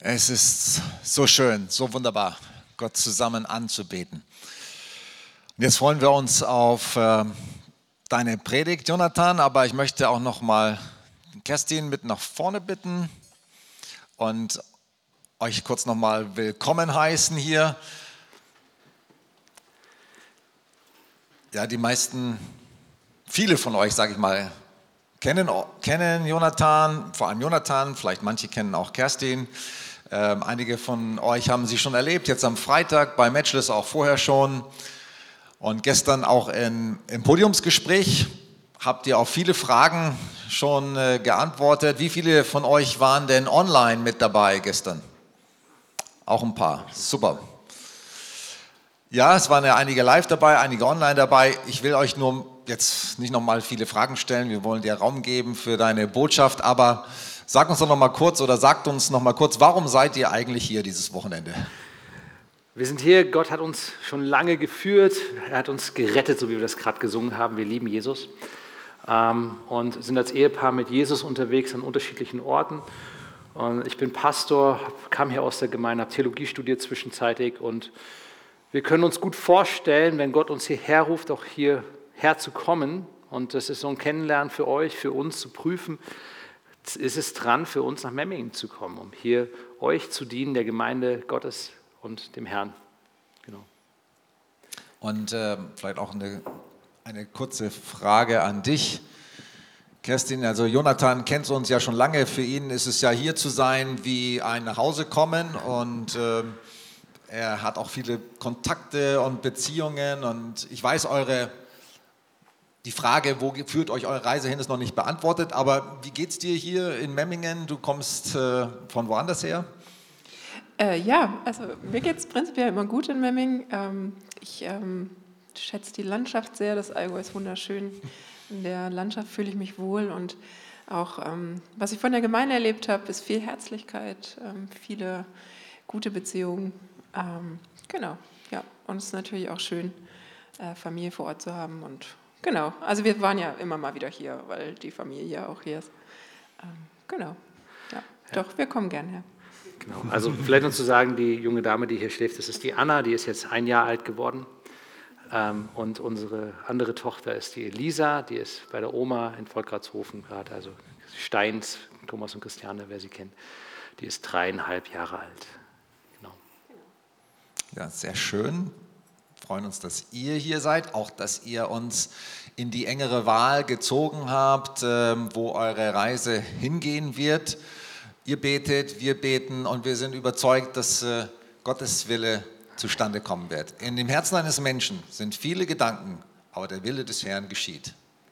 Es ist so schön, so wunderbar, Gott zusammen anzubeten. Und jetzt freuen wir uns auf deine Predigt, Jonathan, aber ich möchte auch noch mal Kerstin mit nach vorne bitten und euch kurz noch mal willkommen heißen hier. Ja, viele von euch, sage ich mal, kennen Jonathan, vor allem Jonathan, vielleicht manche kennen auch Kerstin. Einige von euch haben sie schon erlebt, jetzt am Freitag bei Matchless, auch vorher schon. Und gestern auch im Podiumsgespräch habt ihr auf viele Fragen schon geantwortet. Wie viele von euch waren denn online mit dabei gestern? Auch ein paar, super. Ja, es waren ja einige live dabei, einige online dabei. Ich will euch nur jetzt nicht nochmal viele Fragen stellen. Wir wollen dir Raum geben für deine Botschaft, aber sag uns doch noch mal kurz oder sagt uns noch mal kurz, warum seid ihr eigentlich hier dieses Wochenende? Wir sind hier, Gott hat uns schon lange geführt, er hat uns gerettet, so wie wir das gerade gesungen haben. Wir lieben Jesus und sind als Ehepaar mit Jesus unterwegs an unterschiedlichen Orten. Und ich bin Pastor, kam hier aus der Gemeinde, habe Theologie studiert zwischenzeitig und wir können uns gut vorstellen, wenn Gott uns hierher ruft, auch hierher zu kommen. Und das ist so ein Kennenlernen für euch, für uns zu prüfen. Ist es dran, für uns nach Memmingen zu kommen, um hier euch zu dienen, der Gemeinde Gottes und dem Herrn. Genau. Und vielleicht auch eine kurze Frage an dich, Kerstin. Also Jonathan kennt uns ja schon lange. Für ihn ist es ja hier zu sein wie ein Nachhause kommen und er hat auch viele Kontakte und Beziehungen und ich weiß, die Frage, wo führt euch eure Reise hin, ist noch nicht beantwortet, aber wie geht's dir hier in Memmingen? Du kommst von woanders her? Ja, also mir geht es prinzipiell immer gut in Memmingen. Ich schätze die Landschaft sehr, das Allgäu ist wunderschön. In der Landschaft fühle ich mich wohl und auch, was ich von der Gemeinde erlebt habe, ist viel Herzlichkeit, viele gute Beziehungen. Genau, ja, und es ist natürlich auch schön, Familie vor Ort zu haben und genau, also wir waren ja immer mal wieder hier, weil die Familie ja auch hier ist. Genau, ja, doch, wir kommen gern her. Genau. Also vielleicht noch zu sagen, die junge Dame, die hier schläft, das ist die Anna, die ist jetzt 1 Jahr alt geworden. Und unsere andere Tochter ist die Elisa, die ist bei der Oma in Volkratshausen gerade, also Steins, Thomas und Christiane, wer sie kennt, die ist 3,5 Jahre alt. Genau. Ja, sehr schön. Wir freuen uns, dass ihr hier seid, auch dass ihr uns in die engere Wahl gezogen habt, wo eure Reise hingehen wird. Ihr betet, wir beten und wir sind überzeugt, dass Gottes Wille zustande kommen wird. In dem Herzen eines Menschen sind viele Gedanken, aber der Wille des Herrn geschieht.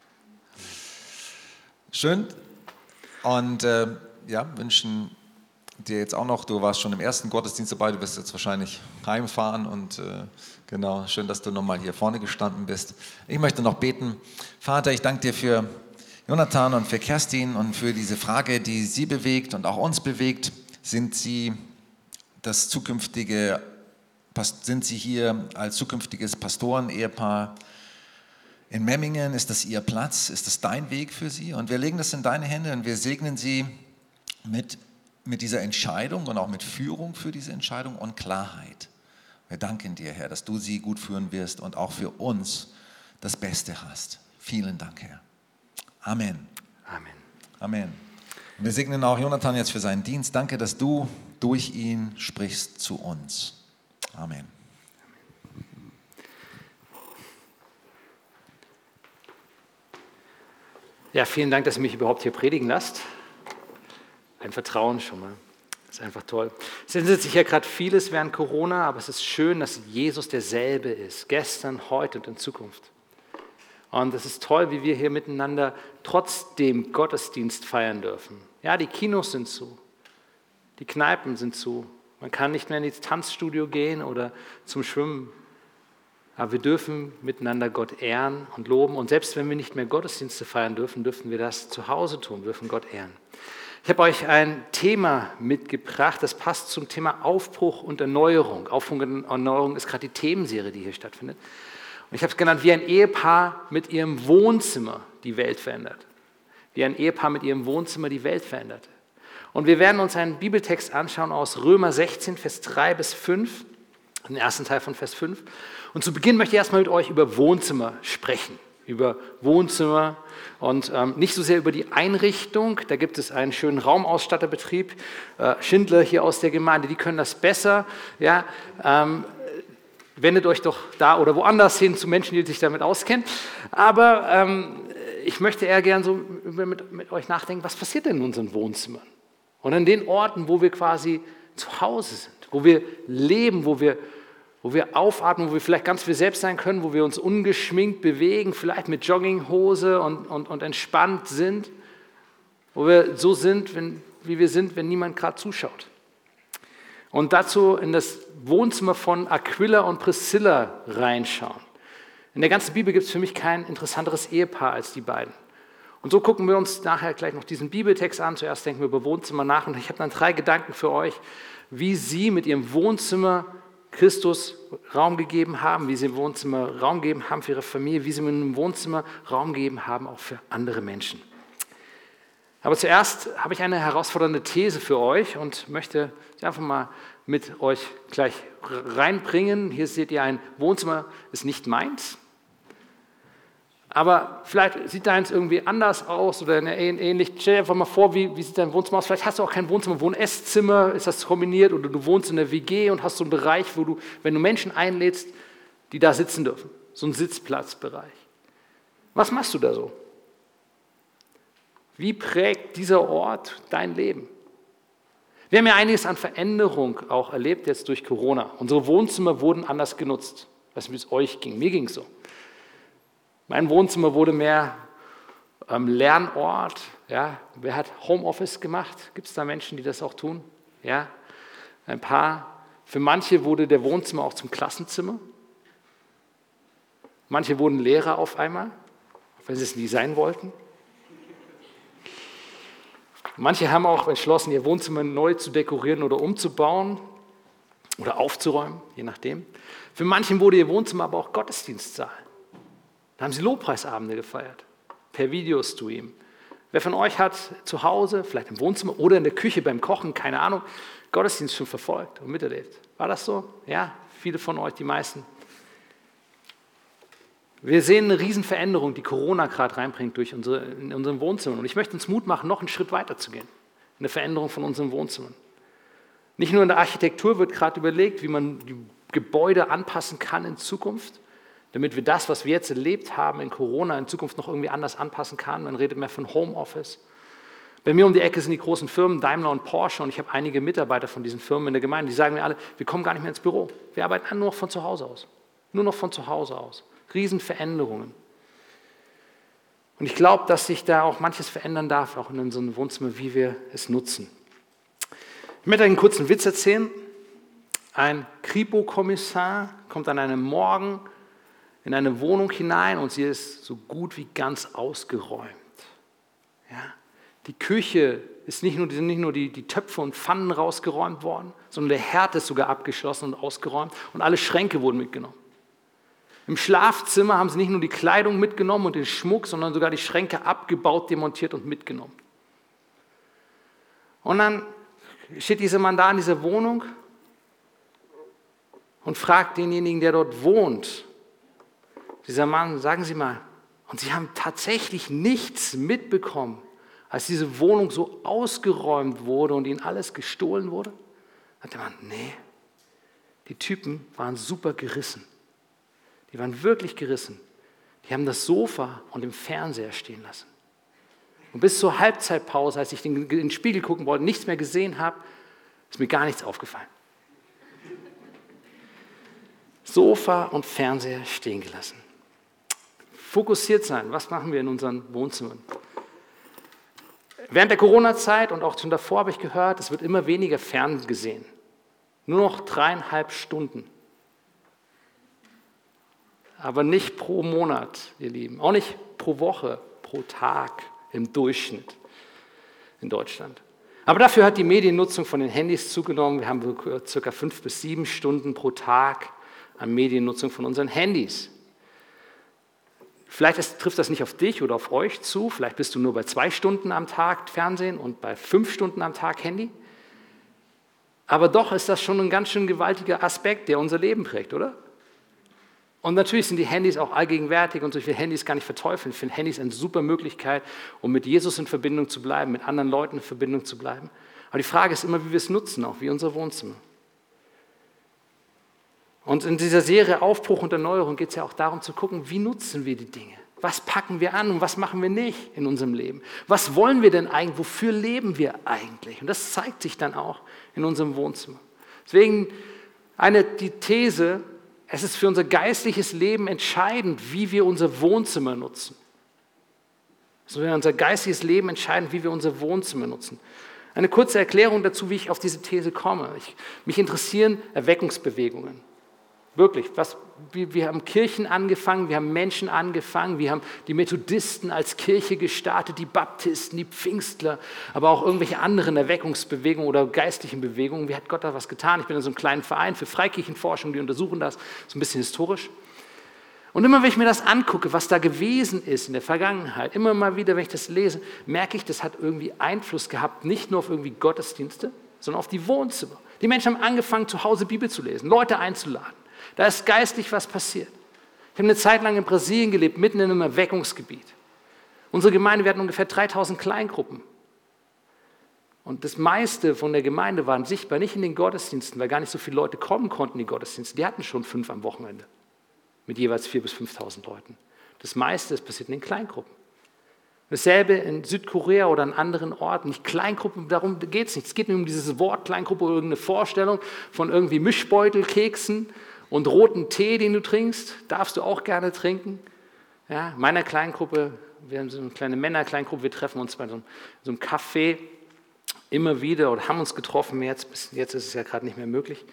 Schön und wünschen dir jetzt auch noch, du warst schon im ersten Gottesdienst dabei, du wirst jetzt wahrscheinlich heimfahren und genau, schön, dass du nochmal hier vorne gestanden bist. Ich möchte noch beten. Vater, ich danke dir für Jonathan und für Kerstin und für diese Frage, die sie bewegt und auch uns bewegt. Sind sie hier als zukünftiges Pastoren-Ehepaar in Memmingen? Ist das ihr Platz? Ist das dein Weg für sie? Und wir legen das in deine Hände und wir segnen sie mit dieser Entscheidung und auch mit Führung für diese Entscheidung und Klarheit. Wir danken dir, Herr, dass du sie gut führen wirst und auch für uns das Beste hast. Vielen Dank, Herr. Amen. Amen. Amen. Und wir segnen auch Jonathan jetzt für seinen Dienst. Danke, dass du durch ihn sprichst zu uns. Amen. Ja, vielen Dank, dass ihr mich überhaupt hier predigen lasst. Ein Vertrauen schon mal. Das ist einfach toll. Es ändert sich ja gerade vieles während Corona, aber es ist schön, dass Jesus derselbe ist. Gestern, heute und in Zukunft. Und es ist toll, wie wir hier miteinander trotzdem Gottesdienst feiern dürfen. Ja, die Kinos sind zu, die Kneipen sind zu, man kann nicht mehr ins Tanzstudio gehen oder zum Schwimmen. Aber wir dürfen miteinander Gott ehren und loben. Und selbst wenn wir nicht mehr Gottesdienste feiern dürfen, dürfen wir das zu Hause tun, dürfen Gott ehren. Ich habe euch ein Thema mitgebracht, das passt zum Thema Aufbruch und Erneuerung. Aufbruch und Erneuerung ist gerade die Themenserie, die hier stattfindet. Und ich habe es genannt, wie ein Ehepaar mit ihrem Wohnzimmer die Welt verändert. Wie ein Ehepaar mit ihrem Wohnzimmer die Welt verändert. Und wir werden uns einen Bibeltext anschauen aus Römer 16, Vers 3 bis 5, den ersten Teil von Vers 5. Und zu Beginn möchte ich erstmal mit euch über Wohnzimmer sprechen. Über Wohnzimmer und nicht so sehr über die Einrichtung. Da gibt es einen schönen Raumausstatterbetrieb, Schindler hier aus der Gemeinde, die können das besser. Ja, wendet euch doch da oder woanders hin zu Menschen, die sich damit auskennen. Aber ich möchte eher gern so mit euch nachdenken, was passiert denn in unseren Wohnzimmern? Und an den Orten, wo wir quasi zu Hause sind, wo wir leben, wo wir aufatmen, wo wir vielleicht ganz wir selbst sein können, wo wir uns ungeschminkt bewegen, vielleicht mit Jogginghose und entspannt sind, wo wir so sind, wie wir sind, wenn niemand gerade zuschaut. Und dazu in das Wohnzimmer von Aquila und Priscilla reinschauen. In der ganzen Bibel gibt es für mich kein interessanteres Ehepaar als die beiden. Und so gucken wir uns nachher gleich noch diesen Bibeltext an. Zuerst denken wir über Wohnzimmer nach und ich habe dann 3 Gedanken für euch, wie sie mit ihrem Wohnzimmer Christus Raum gegeben haben, wie sie im Wohnzimmer Raum gegeben haben für ihre Familie, wie sie im Wohnzimmer Raum gegeben haben, auch für andere Menschen. Aber zuerst habe ich eine herausfordernde These für euch und möchte sie einfach mal mit euch gleich reinbringen. Hier seht ihr, ein Wohnzimmer ist nicht meins, aber vielleicht sieht deins irgendwie anders aus oder ähnlich. Stell dir einfach mal vor, wie sieht dein Wohnzimmer aus? Vielleicht hast du auch kein Wohnzimmer, Wohn-Esszimmer, ist das kombiniert oder du wohnst in der WG und hast so einen Bereich, wo du, wenn du Menschen einlädst, die da sitzen dürfen, so einen Sitzplatzbereich. Was machst du da so? Wie prägt dieser Ort dein Leben? Wir haben ja einiges an Veränderung auch erlebt jetzt durch Corona. Unsere Wohnzimmer wurden anders genutzt. Ich weiß nicht, wie es euch ging. Mir ging es so. Mein Wohnzimmer wurde mehr Lernort. Ja. Wer hat Homeoffice gemacht? Gibt es da Menschen, die das auch tun? Ja, ein paar. Für manche wurde der Wohnzimmer auch zum Klassenzimmer. Manche wurden Lehrer auf einmal, auch wenn sie es nie sein wollten. Manche haben auch entschlossen, ihr Wohnzimmer neu zu dekorieren oder umzubauen oder aufzuräumen, je nachdem. Für manchen wurde ihr Wohnzimmer aber auch Gottesdienstsaal. Da haben sie Lobpreisabende gefeiert, per Videostream. Wer von euch hat zu Hause, vielleicht im Wohnzimmer oder in der Küche beim Kochen, keine Ahnung, Gottesdienst schon verfolgt und miterlebt? War das so? Ja, viele von euch, die meisten. Wir sehen eine Riesenveränderung, die Corona gerade reinbringt in unseren Wohnzimmern. Und ich möchte uns Mut machen, noch einen Schritt weiter zu gehen. Eine Veränderung von unseren Wohnzimmern. Nicht nur in der Architektur wird gerade überlegt, wie man die Gebäude anpassen kann in Zukunft, damit wir das, was wir jetzt erlebt haben in Corona, in Zukunft noch irgendwie anders anpassen kann. Man redet mehr von Homeoffice. Bei mir um die Ecke sind die großen Firmen Daimler und Porsche und ich habe einige Mitarbeiter von diesen Firmen in der Gemeinde, die sagen mir alle, wir kommen gar nicht mehr ins Büro. Wir arbeiten nur noch von zu Hause aus. Nur noch von zu Hause aus. Riesenveränderungen. Und ich glaube, dass sich da auch manches verändern darf, auch in unserem Wohnzimmer, wie wir es nutzen. Ich möchte euch einen kurzen Witz erzählen. Ein Kripo-Kommissar kommt an einem Morgen in eine Wohnung hinein und sie ist so gut wie ganz ausgeräumt. Ja? Die Küche sind nicht nur die Töpfe und Pfannen rausgeräumt worden, sondern der Herd ist sogar abgeschlossen und ausgeräumt und alle Schränke wurden mitgenommen. Im Schlafzimmer haben sie nicht nur die Kleidung mitgenommen und den Schmuck, sondern sogar die Schränke abgebaut, demontiert und mitgenommen. Und dann steht dieser Mann da in dieser Wohnung und fragt denjenigen, der dort wohnt, dieser Mann, sagen Sie mal, und Sie haben tatsächlich nichts mitbekommen, als diese Wohnung so ausgeräumt wurde und Ihnen alles gestohlen wurde? Sagt der Mann, nee, die Typen waren super gerissen. Die waren wirklich gerissen. Die haben das Sofa und den Fernseher stehen lassen. Und bis zur Halbzeitpause, als ich in den Spiegel gucken wollte, nichts mehr gesehen habe, ist mir gar nichts aufgefallen. Sofa und Fernseher stehen gelassen. Fokussiert sein, was machen wir in unseren Wohnzimmern? Während der Corona-Zeit und auch schon davor habe ich gehört, es wird immer weniger fern gesehen. Nur noch 3,5 Stunden. Aber nicht pro Monat, ihr Lieben. Auch nicht pro Woche, pro Tag im Durchschnitt in Deutschland. Aber dafür hat die Mediennutzung von den Handys zugenommen. Wir haben ca. 5 bis 7 Stunden pro Tag an Mediennutzung von unseren Handys. Vielleicht trifft das nicht auf dich oder auf euch zu. Vielleicht bist du nur bei 2 Stunden am Tag Fernsehen und bei 5 Stunden am Tag Handy. Aber doch ist das schon ein ganz schön gewaltiger Aspekt, der unser Leben prägt, oder? Und natürlich sind die Handys auch allgegenwärtig und so, ich will Handys gar nicht verteufeln. Ich finde Handys eine super Möglichkeit, um mit Jesus in Verbindung zu bleiben, mit anderen Leuten in Verbindung zu bleiben. Aber die Frage ist immer, wie wir es nutzen, auch wie unser Wohnzimmer. Und in dieser Serie Aufbruch und Erneuerung geht es ja auch darum zu gucken, wie nutzen wir die Dinge? Was packen wir an und was machen wir nicht in unserem Leben? Was wollen wir denn eigentlich? Wofür leben wir eigentlich? Und das zeigt sich dann auch in unserem Wohnzimmer. Deswegen die These, es ist für unser geistliches Leben entscheidend, wie wir unser Wohnzimmer nutzen. Es ist für unser geistliches Leben entscheidend, wie wir unser Wohnzimmer nutzen. Eine kurze Erklärung dazu, wie ich auf diese These komme. Mich interessieren Erweckungsbewegungen. Wirklich, wir haben Kirchen angefangen, wir haben Menschen angefangen, wir haben die Methodisten als Kirche gestartet, die Baptisten, die Pfingstler, aber auch irgendwelche anderen Erweckungsbewegungen oder geistlichen Bewegungen. Wie hat Gott da was getan? Ich bin in so einem kleinen Verein für Freikirchenforschung, die untersuchen das, so ein bisschen historisch. Und immer, wenn ich mir das angucke, was da gewesen ist in der Vergangenheit, immer mal wieder, wenn ich das lese, merke ich, das hat irgendwie Einfluss gehabt, nicht nur auf irgendwie Gottesdienste, sondern auf die Wohnzimmer. Die Menschen haben angefangen, zu Hause Bibel zu lesen, Leute einzuladen. Da ist geistlich was passiert. Ich habe eine Zeit lang in Brasilien gelebt, mitten in einem Erweckungsgebiet. Unsere Gemeinde, wir hatten ungefähr 3000 Kleingruppen. Und das meiste von der Gemeinde waren sichtbar nicht in den Gottesdiensten, weil gar nicht so viele Leute kommen konnten in die Gottesdienste. Die hatten schon 5 am Wochenende mit jeweils 4.000 bis 5.000 Leuten. Das meiste ist passiert in den Kleingruppen. Dasselbe in Südkorea oder an anderen Orten. Nicht Kleingruppen, darum geht es nicht. Es geht nicht um dieses Wort Kleingruppe oder irgendeine Vorstellung von irgendwie Mischbeutelkeksen und roten Tee, den du trinkst, darfst du auch gerne trinken. Ja, in meiner Kleingruppe, wir haben so eine kleine Männerkleingruppe, wir treffen uns bei so einem Café immer wieder oder haben uns getroffen, jetzt ist es ja gerade nicht mehr möglich.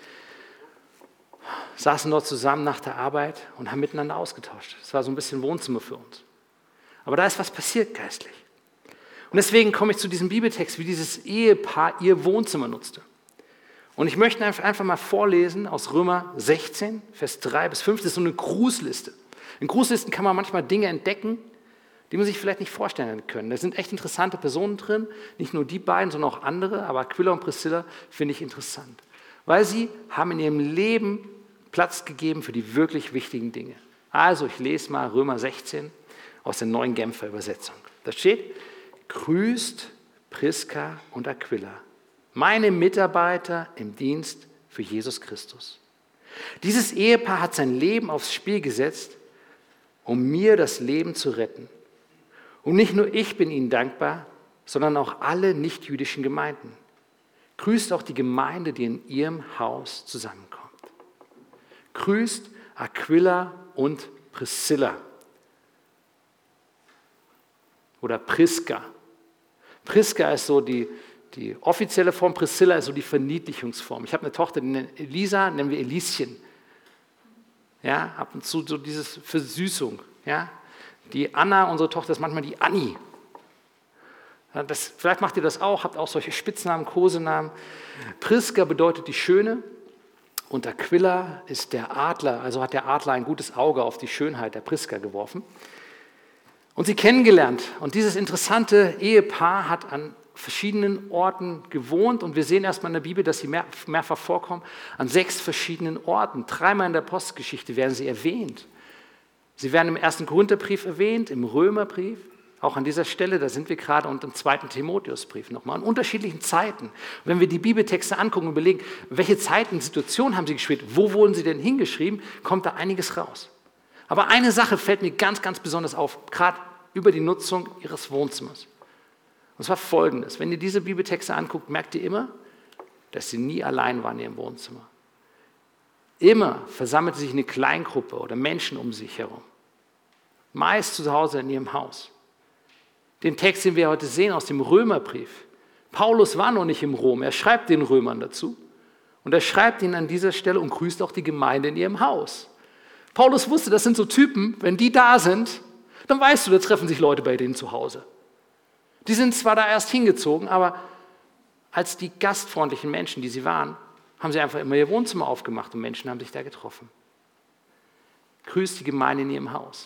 Saßen dort zusammen nach der Arbeit und haben miteinander ausgetauscht. Das war so ein bisschen Wohnzimmer für uns. Aber da ist was passiert geistlich. Und deswegen komme ich zu diesem Bibeltext, wie dieses Ehepaar ihr Wohnzimmer nutzte. Und ich möchte einfach mal vorlesen aus Römer 16, Vers 3 bis 5. Das ist so eine Grußliste. In Grußlisten kann man manchmal Dinge entdecken, die man sich vielleicht nicht vorstellen können. Da sind echt interessante Personen drin, nicht nur die beiden, sondern auch andere. Aber Aquila und Priscilla finde ich interessant, weil sie haben in ihrem Leben Platz gegeben für die wirklich wichtigen Dinge. Also ich lese mal Römer 16 aus der Neuen Genfer Übersetzung. Da steht, grüßt Priska und Aquila, meine Mitarbeiter im Dienst für Jesus Christus. Dieses Ehepaar hat sein Leben aufs Spiel gesetzt, um mir das Leben zu retten. Und nicht nur ich bin ihnen dankbar, sondern auch alle nichtjüdischen Gemeinden. Grüßt auch die Gemeinde, die in ihrem Haus zusammenkommt. Grüßt Aquila und Priscilla. Oder Priska. Priska ist so die offizielle Form, Priscilla ist so die Verniedlichungsform. Ich habe eine Tochter, die nennt Elisa, nennen wir Elischen. Ja, ab und zu so dieses Versüßung. Ja. Die Anna, unsere Tochter, ist manchmal die Anni. Ja, vielleicht macht ihr das auch, habt auch solche Spitznamen, Kosenamen. Priska bedeutet die Schöne und Aquila ist der Adler, also hat der Adler ein gutes Auge auf die Schönheit der Priska geworfen. Und sie kennengelernt. Und dieses interessante Ehepaar hat an verschiedenen Orten gewohnt. Und wir sehen erstmal in der Bibel, dass sie mehrfach vorkommen, an 6 verschiedenen Orten. 3-mal in der Postgeschichte werden sie erwähnt. Sie werden im 1. Korintherbrief erwähnt, im Römerbrief, auch an dieser Stelle, da sind wir gerade, und im 2. Timotheusbrief nochmal, an unterschiedlichen Zeiten. Und wenn wir die Bibeltexte angucken und überlegen, welche Zeiten, Situationen haben sie geschrieben, wo wurden sie denn hingeschrieben, kommt da einiges raus. Aber eine Sache fällt mir ganz, ganz besonders auf, gerade über die Nutzung ihres Wohnzimmers. Und zwar Folgendes: Wenn ihr diese Bibeltexte anguckt, merkt ihr immer, dass sie nie allein waren in ihrem Wohnzimmer. Immer versammelte sich eine Kleingruppe oder Menschen um sich herum. Meist zu Hause in ihrem Haus. Den Text, den wir heute sehen aus dem Römerbrief. Paulus war noch nicht im Rom, er schreibt den Römern dazu. Und er schreibt ihnen an dieser Stelle und grüßt auch die Gemeinde in ihrem Haus. Paulus wusste, das sind so Typen, wenn die da sind, dann weißt du, da treffen sich Leute bei denen zu Hause. Die sind zwar da erst hingezogen, aber als die gastfreundlichen Menschen, die sie waren, haben sie einfach immer ihr Wohnzimmer aufgemacht und Menschen haben sich da getroffen. Grüßt die Gemeinde in ihrem Haus.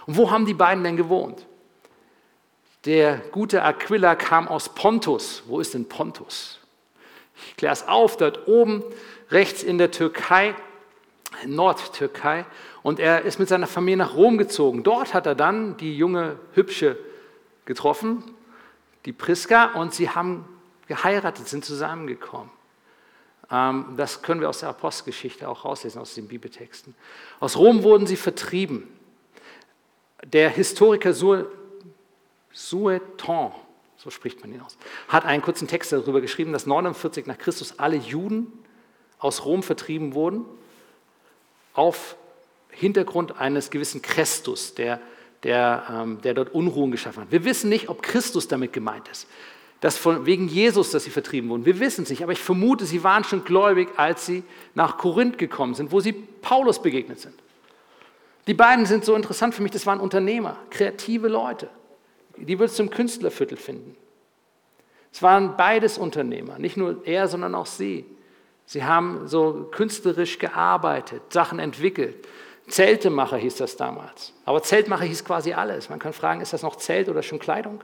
Und wo haben die beiden denn gewohnt? Der gute Aquila kam aus Pontus. Wo ist denn Pontus? Ich kläre es auf, dort oben rechts in der Türkei, Nordtürkei. Und er ist mit seiner Familie nach Rom gezogen. Dort hat er dann die junge, hübsche getroffen, die Priska, und sie haben geheiratet, sind zusammengekommen. Das können wir aus der Apostelgeschichte auch rauslesen, aus den Bibeltexten. Aus Rom wurden sie vertrieben. Der Historiker Sueton, so spricht man ihn aus, hat einen kurzen Text darüber geschrieben, dass 49 nach Christus alle Juden aus Rom vertrieben wurden, auf Hintergrund eines gewissen Christus, der dort Unruhen geschaffen hat. Wir wissen nicht, ob Christus damit gemeint ist, wegen Jesus, dass sie vertrieben wurden. Wir wissen es nicht, aber ich vermute, sie waren schon gläubig, als sie nach Korinth gekommen sind, wo sie Paulus begegnet sind. Die beiden sind so interessant für mich, das waren Unternehmer, kreative Leute. Die würdest du im Künstlerviertel finden. Es waren beides Unternehmer, nicht nur er, sondern auch sie. Sie haben so künstlerisch gearbeitet, Sachen entwickelt. Zeltemacher hieß das damals. Aber Zeltmacher hieß quasi alles. Man kann fragen, ist das noch Zelt oder schon Kleidung?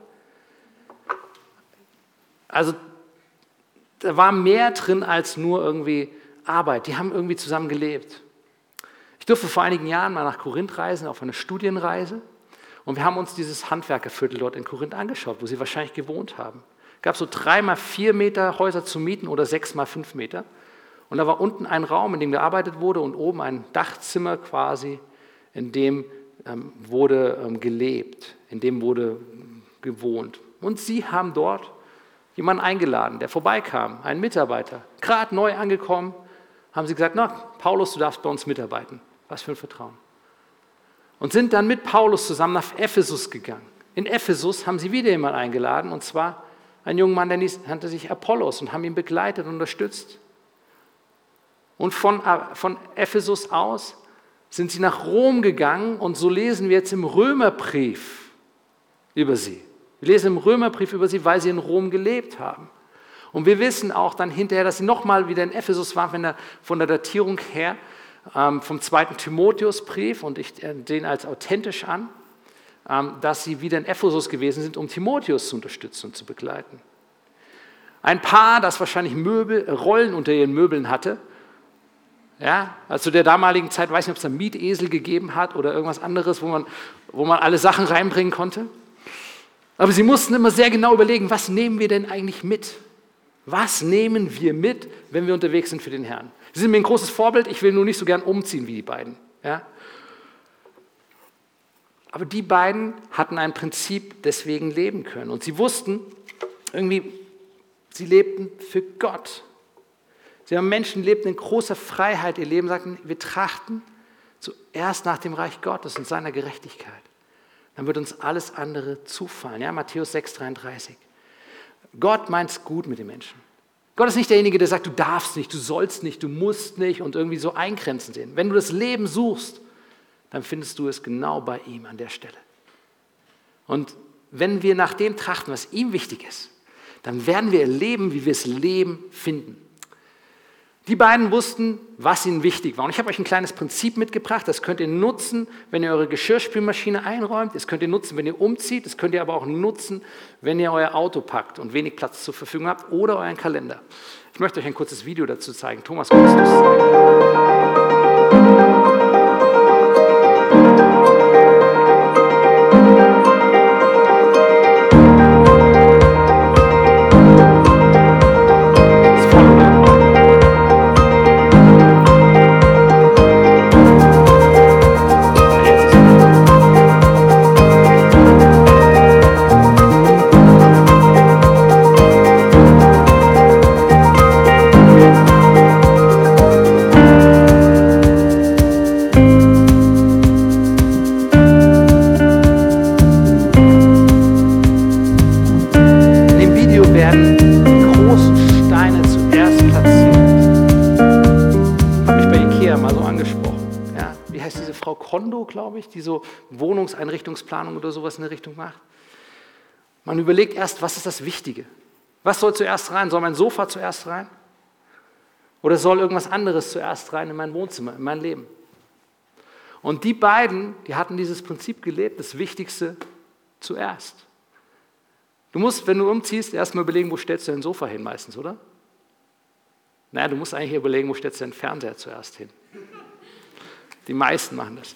Also da war mehr drin als nur irgendwie Arbeit. Die haben irgendwie zusammen gelebt. Ich durfte vor einigen Jahren mal nach Korinth reisen, auf eine Studienreise. Und wir haben uns dieses Handwerkerviertel dort in Korinth angeschaut, wo sie wahrscheinlich gewohnt haben. Es gab so 3x4 Meter Häuser zu mieten oder 6x5 Meter. Und da war unten ein Raum, in dem gearbeitet wurde, und oben ein Dachzimmer quasi, in dem wurde gelebt, in dem wurde gewohnt. Und sie haben dort jemanden eingeladen, der vorbeikam, einen Mitarbeiter, gerade neu angekommen, haben sie gesagt, na, Paulus, du darfst bei uns mitarbeiten. Was für ein Vertrauen. Und sind dann mit Paulus zusammen nach Ephesus gegangen. In Ephesus haben sie wieder jemanden eingeladen, und zwar einen jungen Mann, der nannte sich Apollos, und haben ihn begleitet und unterstützt. Und von Ephesus aus sind sie nach Rom gegangen, und so lesen wir jetzt im Römerbrief über sie. Wir lesen im Römerbrief über sie, weil sie in Rom gelebt haben. Und wir wissen auch dann hinterher, dass sie nochmal wieder in Ephesus waren, von der Datierung her, vom 2. Timotheusbrief, und ich den als authentisch an, dass sie wieder in Ephesus gewesen sind, um Timotheus zu unterstützen und zu begleiten. Ein Paar, das wahrscheinlich Rollen unter ihren Möbeln hatte, ja, also zu der damaligen Zeit, weiß nicht, ob es da Mietesel gegeben hat oder irgendwas anderes, wo man alle Sachen reinbringen konnte. Aber sie mussten immer sehr genau überlegen, was nehmen wir denn eigentlich mit? Was nehmen wir mit, wenn wir unterwegs sind für den Herrn? Sie sind mir ein großes Vorbild, ich will nur nicht so gern umziehen wie die beiden. Ja? Aber die beiden hatten ein Prinzip, deswegen leben können. Und sie wussten, irgendwie, sie lebten für Gott. Sie haben Menschen, lebten in großer Freiheit ihr Leben, sagten, wir trachten zuerst nach dem Reich Gottes und seiner Gerechtigkeit. Dann wird uns alles andere zufallen. Ja, Matthäus 6,33. Gott meint es gut mit den Menschen. Gott ist nicht derjenige, der sagt, du darfst nicht, du sollst nicht, du musst nicht und irgendwie so eingrenzen sehen. Wenn du das Leben suchst, dann findest du es genau bei ihm an der Stelle. Und wenn wir nach dem trachten, was ihm wichtig ist, dann werden wir erleben, wie wir das Leben finden. Die beiden wussten, was ihnen wichtig war. Und ich habe euch ein kleines Prinzip mitgebracht, das könnt ihr nutzen, wenn ihr eure Geschirrspülmaschine einräumt, das könnt ihr nutzen, wenn ihr umzieht, das könnt ihr aber auch nutzen, wenn ihr euer Auto packt und wenig Platz zur Verfügung habt oder euren Kalender. Ich möchte euch ein kurzes Video dazu zeigen. Thomas, kannst du das zeigen? Die so Wohnungseinrichtungsplanung oder sowas in der Richtung macht. Man überlegt erst, was ist das Wichtige? Was soll zuerst rein? Soll mein Sofa zuerst rein? Oder soll irgendwas anderes zuerst rein in mein Wohnzimmer, in mein Leben? Und die beiden, die hatten dieses Prinzip gelebt, das Wichtigste zuerst. Du musst, wenn du umziehst, erstmal überlegen, wo stellst du dein Sofa hin meistens, oder? Naja, du musst eigentlich überlegen, wo stellst du deinen Fernseher zuerst hin. Die meisten machen das.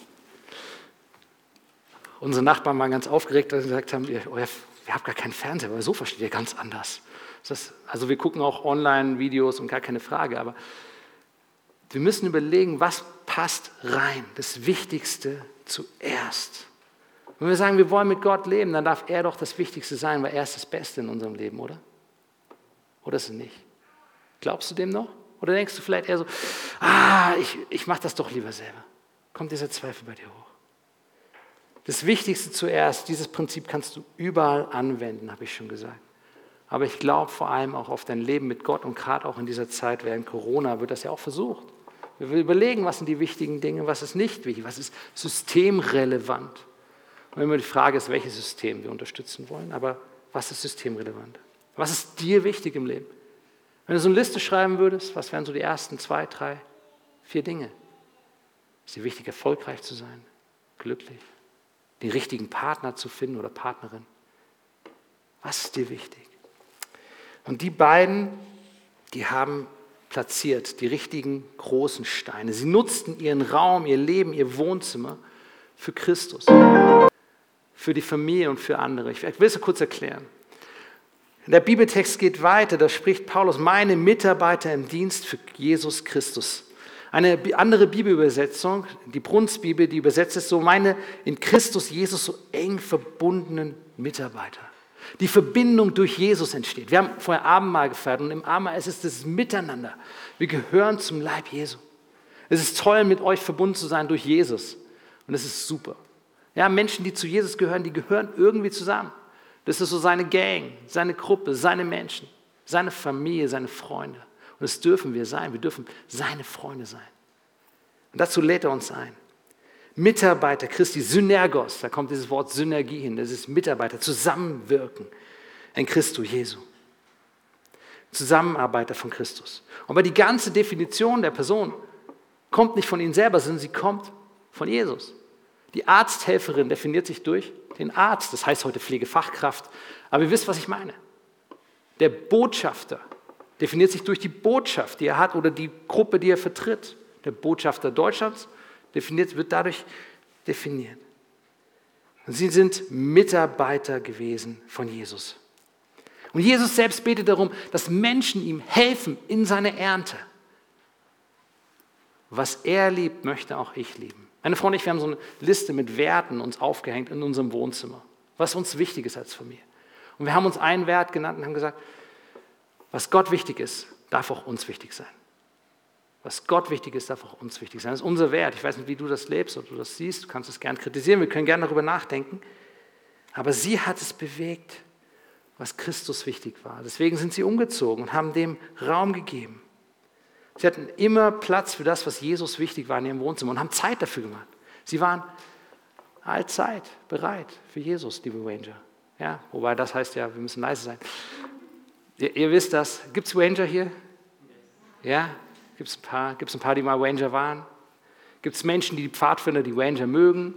Unsere Nachbarn waren ganz aufgeregt, weil sie gesagt haben, ihr habt gar keinen Fernseher, aber das Sofa steht ja ganz anders. Also wir gucken auch Online-Videos und gar keine Frage, aber wir müssen überlegen, was passt rein, das Wichtigste zuerst. Wenn wir sagen, wir wollen mit Gott leben, dann darf er doch das Wichtigste sein, weil er ist das Beste in unserem Leben, oder? Oder ist es nicht? Glaubst du dem noch? Oder denkst du vielleicht eher so, ich mache das doch lieber selber? Kommt dieser Zweifel bei dir hoch? Das Wichtigste zuerst, dieses Prinzip kannst du überall anwenden, habe ich schon gesagt. Aber ich glaube vor allem auch auf dein Leben mit Gott und gerade auch in dieser Zeit während Corona wird das ja auch versucht. Wir will überlegen, was sind die wichtigen Dinge, was ist nicht wichtig, was ist systemrelevant. Und immer die Frage ist, welches System wir unterstützen wollen, aber was ist systemrelevant? Was ist dir wichtig im Leben? Wenn du so eine Liste schreiben würdest, was wären so die ersten 2, 3, 4 Dinge? Ist dir wichtig, erfolgreich zu sein, glücklich, den richtigen Partner zu finden oder Partnerin? Was ist dir wichtig? Und die beiden, die haben platziert die richtigen großen Steine. Sie nutzten ihren Raum, ihr Leben, ihr Wohnzimmer für Christus, für die Familie und für andere. Ich will es kurz erklären. Der Bibeltext geht weiter, da spricht Paulus, meine Mitarbeiter im Dienst für Jesus Christus. Eine andere Bibelübersetzung, die Brunsbibel, die übersetzt es so, meine in Christus Jesus so eng verbundenen Mitarbeiter. Die Verbindung durch Jesus entsteht. Wir haben vorher Abendmahl gefeiert und im Abendmahl ist es das Miteinander. Wir gehören zum Leib Jesu. Es ist toll, mit euch verbunden zu sein durch Jesus. Und es ist super. Ja, Menschen, die zu Jesus gehören, die gehören irgendwie zusammen. Das ist so seine Gang, seine Gruppe, seine Menschen, seine Familie, seine Freunde. Und das dürfen wir sein. Wir dürfen seine Freunde sein. Und dazu lädt er uns ein. Mitarbeiter Christi, Synergos, da kommt dieses Wort Synergie hin, das ist Mitarbeiter, zusammenwirken in Christus Jesu. Zusammenarbeiter von Christus. Aber die ganze Definition der Person kommt nicht von ihnen selber, sondern sie kommt von Jesus. Die Arzthelferin definiert sich durch den Arzt, das heißt heute Pflegefachkraft, aber ihr wisst, was ich meine. Der Botschafter definiert sich durch die Botschaft, die er hat oder die Gruppe, die er vertritt. Der Botschafter Deutschlands wird dadurch definiert. Und sie sind Mitarbeiter gewesen von Jesus. Und Jesus selbst betet darum, dass Menschen ihm helfen in seiner Ernte. Was er liebt, möchte auch ich lieben. Meine Frau und ich, wir haben so eine Liste mit Werten uns aufgehängt in unserem Wohnzimmer, was uns wichtig ist als Familie. Und wir haben uns einen Wert genannt und haben gesagt, was Gott wichtig ist, darf auch uns wichtig sein. Was Gott wichtig ist, darf auch uns wichtig sein. Das ist unser Wert. Ich weiß nicht, wie du das lebst oder du das siehst. Du kannst es gerne kritisieren. Wir können gerne darüber nachdenken. Aber sie hat es bewegt, was Christus wichtig war. Deswegen sind sie umgezogen und haben dem Raum gegeben. Sie hatten immer Platz für das, was Jesus wichtig war in ihrem Wohnzimmer und haben Zeit dafür gemacht. Sie waren allzeit bereit für Jesus, liebe Ranger. Ja, wobei das heißt ja, wir müssen leise sein. Ihr wisst das. Gibt es Ranger hier? Ja? Gibt es ein paar, die mal Ranger waren? Gibt es Menschen, die Pfadfinder, die Ranger mögen?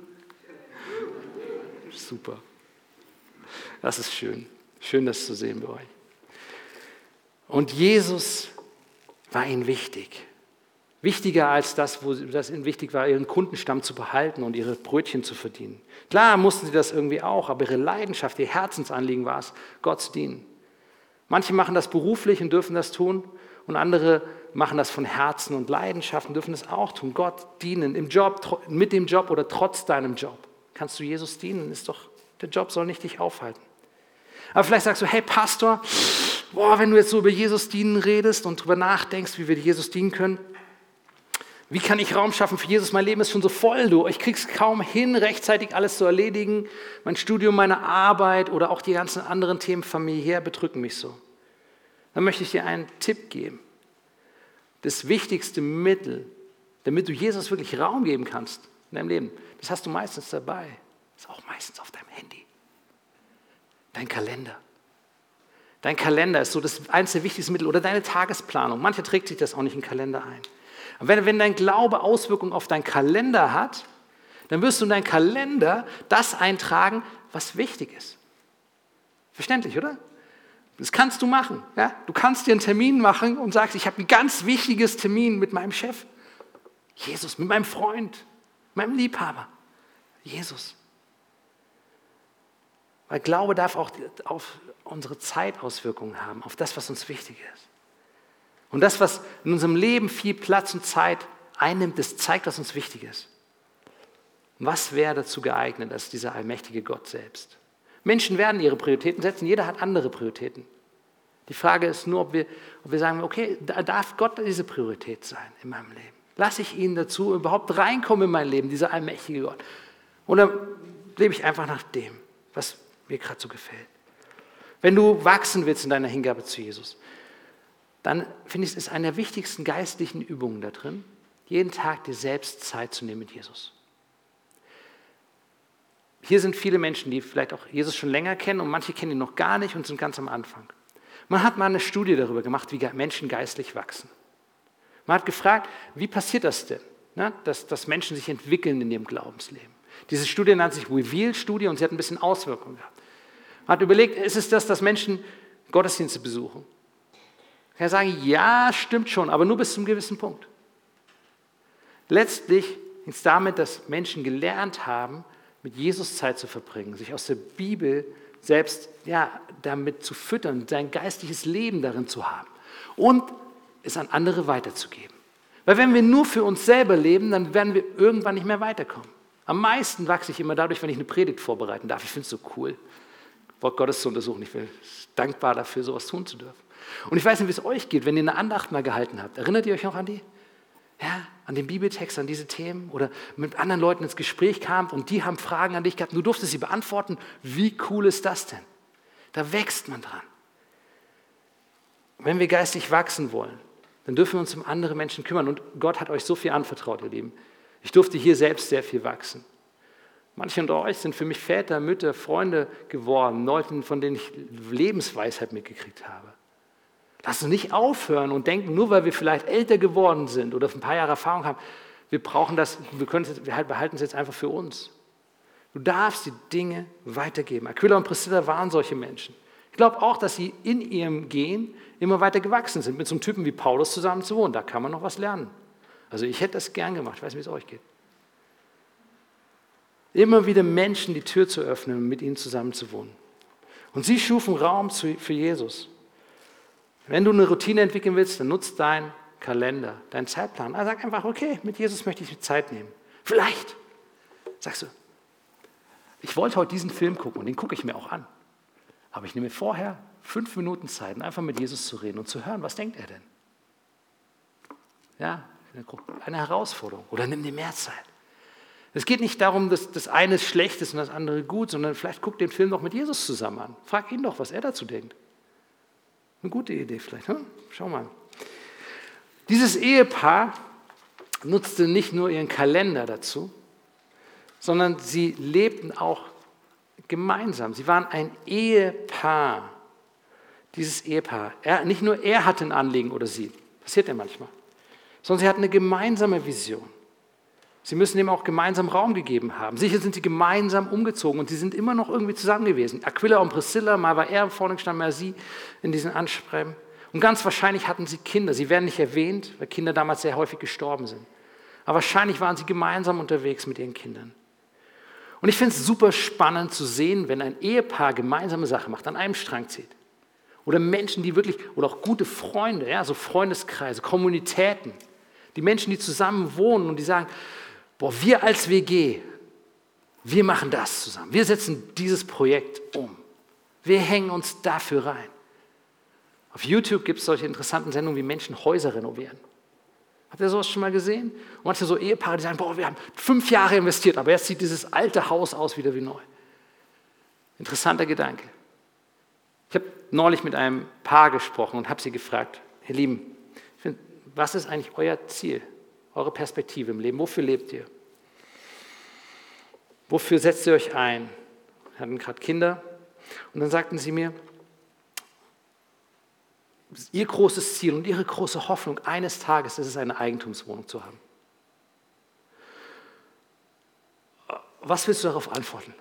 Super. Das ist schön. Schön, das zu sehen bei euch. Und Jesus war ihnen wichtig. Wichtiger als das, wo das ihnen wichtig war, ihren Kundenstamm zu behalten und ihre Brötchen zu verdienen. Klar mussten sie das irgendwie auch, aber ihre Leidenschaft, ihr Herzensanliegen war es, Gott zu dienen. Manche machen das beruflich und dürfen das tun und andere machen das von Herzen und Leidenschaft und dürfen das auch tun. Gott dienen im Job, mit dem Job oder trotz deinem Job. Kannst du Jesus dienen? Der Job soll nicht dich aufhalten. Aber vielleicht sagst du, hey Pastor, wenn du jetzt so über Jesus dienen redest und darüber nachdenkst, wie wir Jesus dienen können, wie kann ich Raum schaffen für Jesus? Mein Leben ist schon so voll, du. Ich krieg's kaum hin, rechtzeitig alles zu erledigen. Mein Studium, meine Arbeit oder auch die ganzen anderen Themen familiär bedrücken mich so. Dann möchte ich dir einen Tipp geben. Das wichtigste Mittel, damit du Jesus wirklich Raum geben kannst in deinem Leben, das hast du meistens dabei. Das ist auch meistens auf deinem Handy. Dein Kalender. Dein Kalender ist so eines der wichtigsten Mittel oder deine Tagesplanung. Manche trägt sich das auch nicht in den Kalender ein. Aber wenn dein Glaube Auswirkungen auf deinen Kalender hat, dann wirst du in deinen Kalender das eintragen, was wichtig ist. Verständlich, oder? Das kannst du machen. Ja? Du kannst dir einen Termin machen und sagst, ich habe ein ganz wichtiges Termin mit meinem Chef. Jesus, mit meinem Freund, meinem Liebhaber. Jesus. Weil Glaube darf auch auf unsere Zeit Auswirkungen haben, auf das, was uns wichtig ist. Und das, was in unserem Leben viel Platz und Zeit einnimmt, das zeigt, was uns wichtig ist. Was wäre dazu geeignet als dieser allmächtige Gott selbst? Menschen werden ihre Prioritäten setzen, jeder hat andere Prioritäten. Die Frage ist nur, ob wir sagen, okay, darf Gott diese Priorität sein in meinem Leben? Lasse ich ihn dazu überhaupt reinkommen in mein Leben, dieser allmächtige Gott? Oder lebe ich einfach nach dem, was mir gerade so gefällt? Wenn du wachsen willst in deiner Hingabe zu Jesus, dann finde ich, es ist eine der wichtigsten geistlichen Übungen da drin, jeden Tag dir selbst Zeit zu nehmen mit Jesus. Hier sind viele Menschen, die vielleicht auch Jesus schon länger kennen und manche kennen ihn noch gar nicht und sind ganz am Anfang. Man hat mal eine Studie darüber gemacht, wie Menschen geistlich wachsen. Man hat gefragt, wie passiert das denn, ne, dass Menschen sich entwickeln in ihrem Glaubensleben. Diese Studie nennt sich Reveal-Studie und sie hat ein bisschen Auswirkungen gehabt. Man hat überlegt, ist es das, dass Menschen Gottesdienste besuchen? Ich kann sagen, ja, stimmt schon, aber nur bis zu einem gewissen Punkt. Letztlich geht es damit, dass Menschen gelernt haben, mit Jesus Zeit zu verbringen, sich aus der Bibel selbst damit zu füttern, sein geistliches Leben darin zu haben und es an andere weiterzugeben. Weil wenn wir nur für uns selber leben, dann werden wir irgendwann nicht mehr weiterkommen. Am meisten wachse ich immer dadurch, wenn ich eine Predigt vorbereiten darf. Ich finde es so cool, Wort Gottes zu untersuchen. Ich bin dankbar dafür, sowas tun zu dürfen. Und ich weiß nicht, wie es euch geht, wenn ihr eine Andacht mal gehalten habt. Erinnert ihr euch noch an die? Ja, an den Bibeltext, an diese Themen oder mit anderen Leuten ins Gespräch kamt und die haben Fragen an dich gehabt und du durftest sie beantworten. Wie cool ist das denn? Da wächst man dran. Wenn wir geistig wachsen wollen, dann dürfen wir uns um andere Menschen kümmern und Gott hat euch so viel anvertraut, ihr Lieben. Ich durfte hier selbst sehr viel wachsen. Manche unter euch sind für mich Väter, Mütter, Freunde geworden, Leute, von denen ich Lebensweisheit mitgekriegt habe. Lass uns nicht aufhören und denken, nur weil wir vielleicht älter geworden sind oder ein paar Jahre Erfahrung haben, wir brauchen das, wir behalten es jetzt einfach für uns. Du darfst die Dinge weitergeben. Aquila und Priscilla waren solche Menschen. Ich glaube auch, dass sie in ihrem Gehen immer weiter gewachsen sind, mit so einem Typen wie Paulus zusammen zu wohnen. Da kann man noch was lernen. Also ich hätte das gern gemacht, ich weiß nicht, wie es euch geht. Immer wieder Menschen die Tür zu öffnen und mit ihnen zusammen zu wohnen. Und sie schufen Raum für Jesus. Wenn du eine Routine entwickeln willst, dann nutzt deinen Kalender, deinen Zeitplan. Also sag einfach, okay, mit Jesus möchte ich Zeit nehmen. Vielleicht sagst du, ich wollte heute diesen Film gucken und den gucke ich mir auch an. Aber ich nehme vorher 5 Minuten Zeit, um einfach mit Jesus zu reden und zu hören, was denkt er denn? Ja, eine Herausforderung. Oder nimm dir mehr Zeit. Es geht nicht darum, dass das eine schlecht ist und das andere gut, sondern vielleicht guck den Film doch mit Jesus zusammen an. Frag ihn doch, was er dazu denkt. Eine gute Idee vielleicht. Hm? Schau mal. Dieses Ehepaar nutzte nicht nur ihren Kalender dazu, sondern sie lebten auch gemeinsam. Sie waren ein Ehepaar. Dieses Ehepaar. Nicht nur er hatte ein Anliegen oder sie. Passiert ja manchmal. Sondern sie hatten eine gemeinsame Vision. Sie müssen ihm auch gemeinsam Raum gegeben haben. Sicher sind sie gemeinsam umgezogen und sie sind immer noch irgendwie zusammen gewesen. Aquila und Priscilla, mal war er vorne gestanden, mal sie in diesen Anschreiben. Und ganz wahrscheinlich hatten sie Kinder. Sie werden nicht erwähnt, weil Kinder damals sehr häufig gestorben sind. Aber wahrscheinlich waren sie gemeinsam unterwegs mit ihren Kindern. Und ich finde es super spannend zu sehen, wenn ein Ehepaar gemeinsame Sachen macht, an einem Strang zieht. Oder Menschen, die wirklich, oder auch gute Freunde, ja, so Freundeskreise, Kommunitäten. Die Menschen, die zusammen wohnen und die sagen, boah, wir als WG, wir machen das zusammen. Wir setzen dieses Projekt um. Wir hängen uns dafür rein. Auf YouTube gibt es solche interessanten Sendungen, wie Menschen Häuser renovieren. Habt ihr sowas schon mal gesehen? Und manche so Ehepaare, die sagen, boah, wir haben 5 Jahre investiert, aber jetzt sieht dieses alte Haus aus wieder wie neu. Interessanter Gedanke. Ich habe neulich mit einem Paar gesprochen und habe sie gefragt, ihr Lieben, was ist eigentlich euer Ziel, eure Perspektive im Leben? Wofür lebt ihr? Wofür setzt ihr euch ein? Wir hatten gerade Kinder und dann sagten sie mir, ihr großes Ziel und ihre große Hoffnung eines Tages ist es, eine Eigentumswohnung zu haben. Was willst du darauf antworten?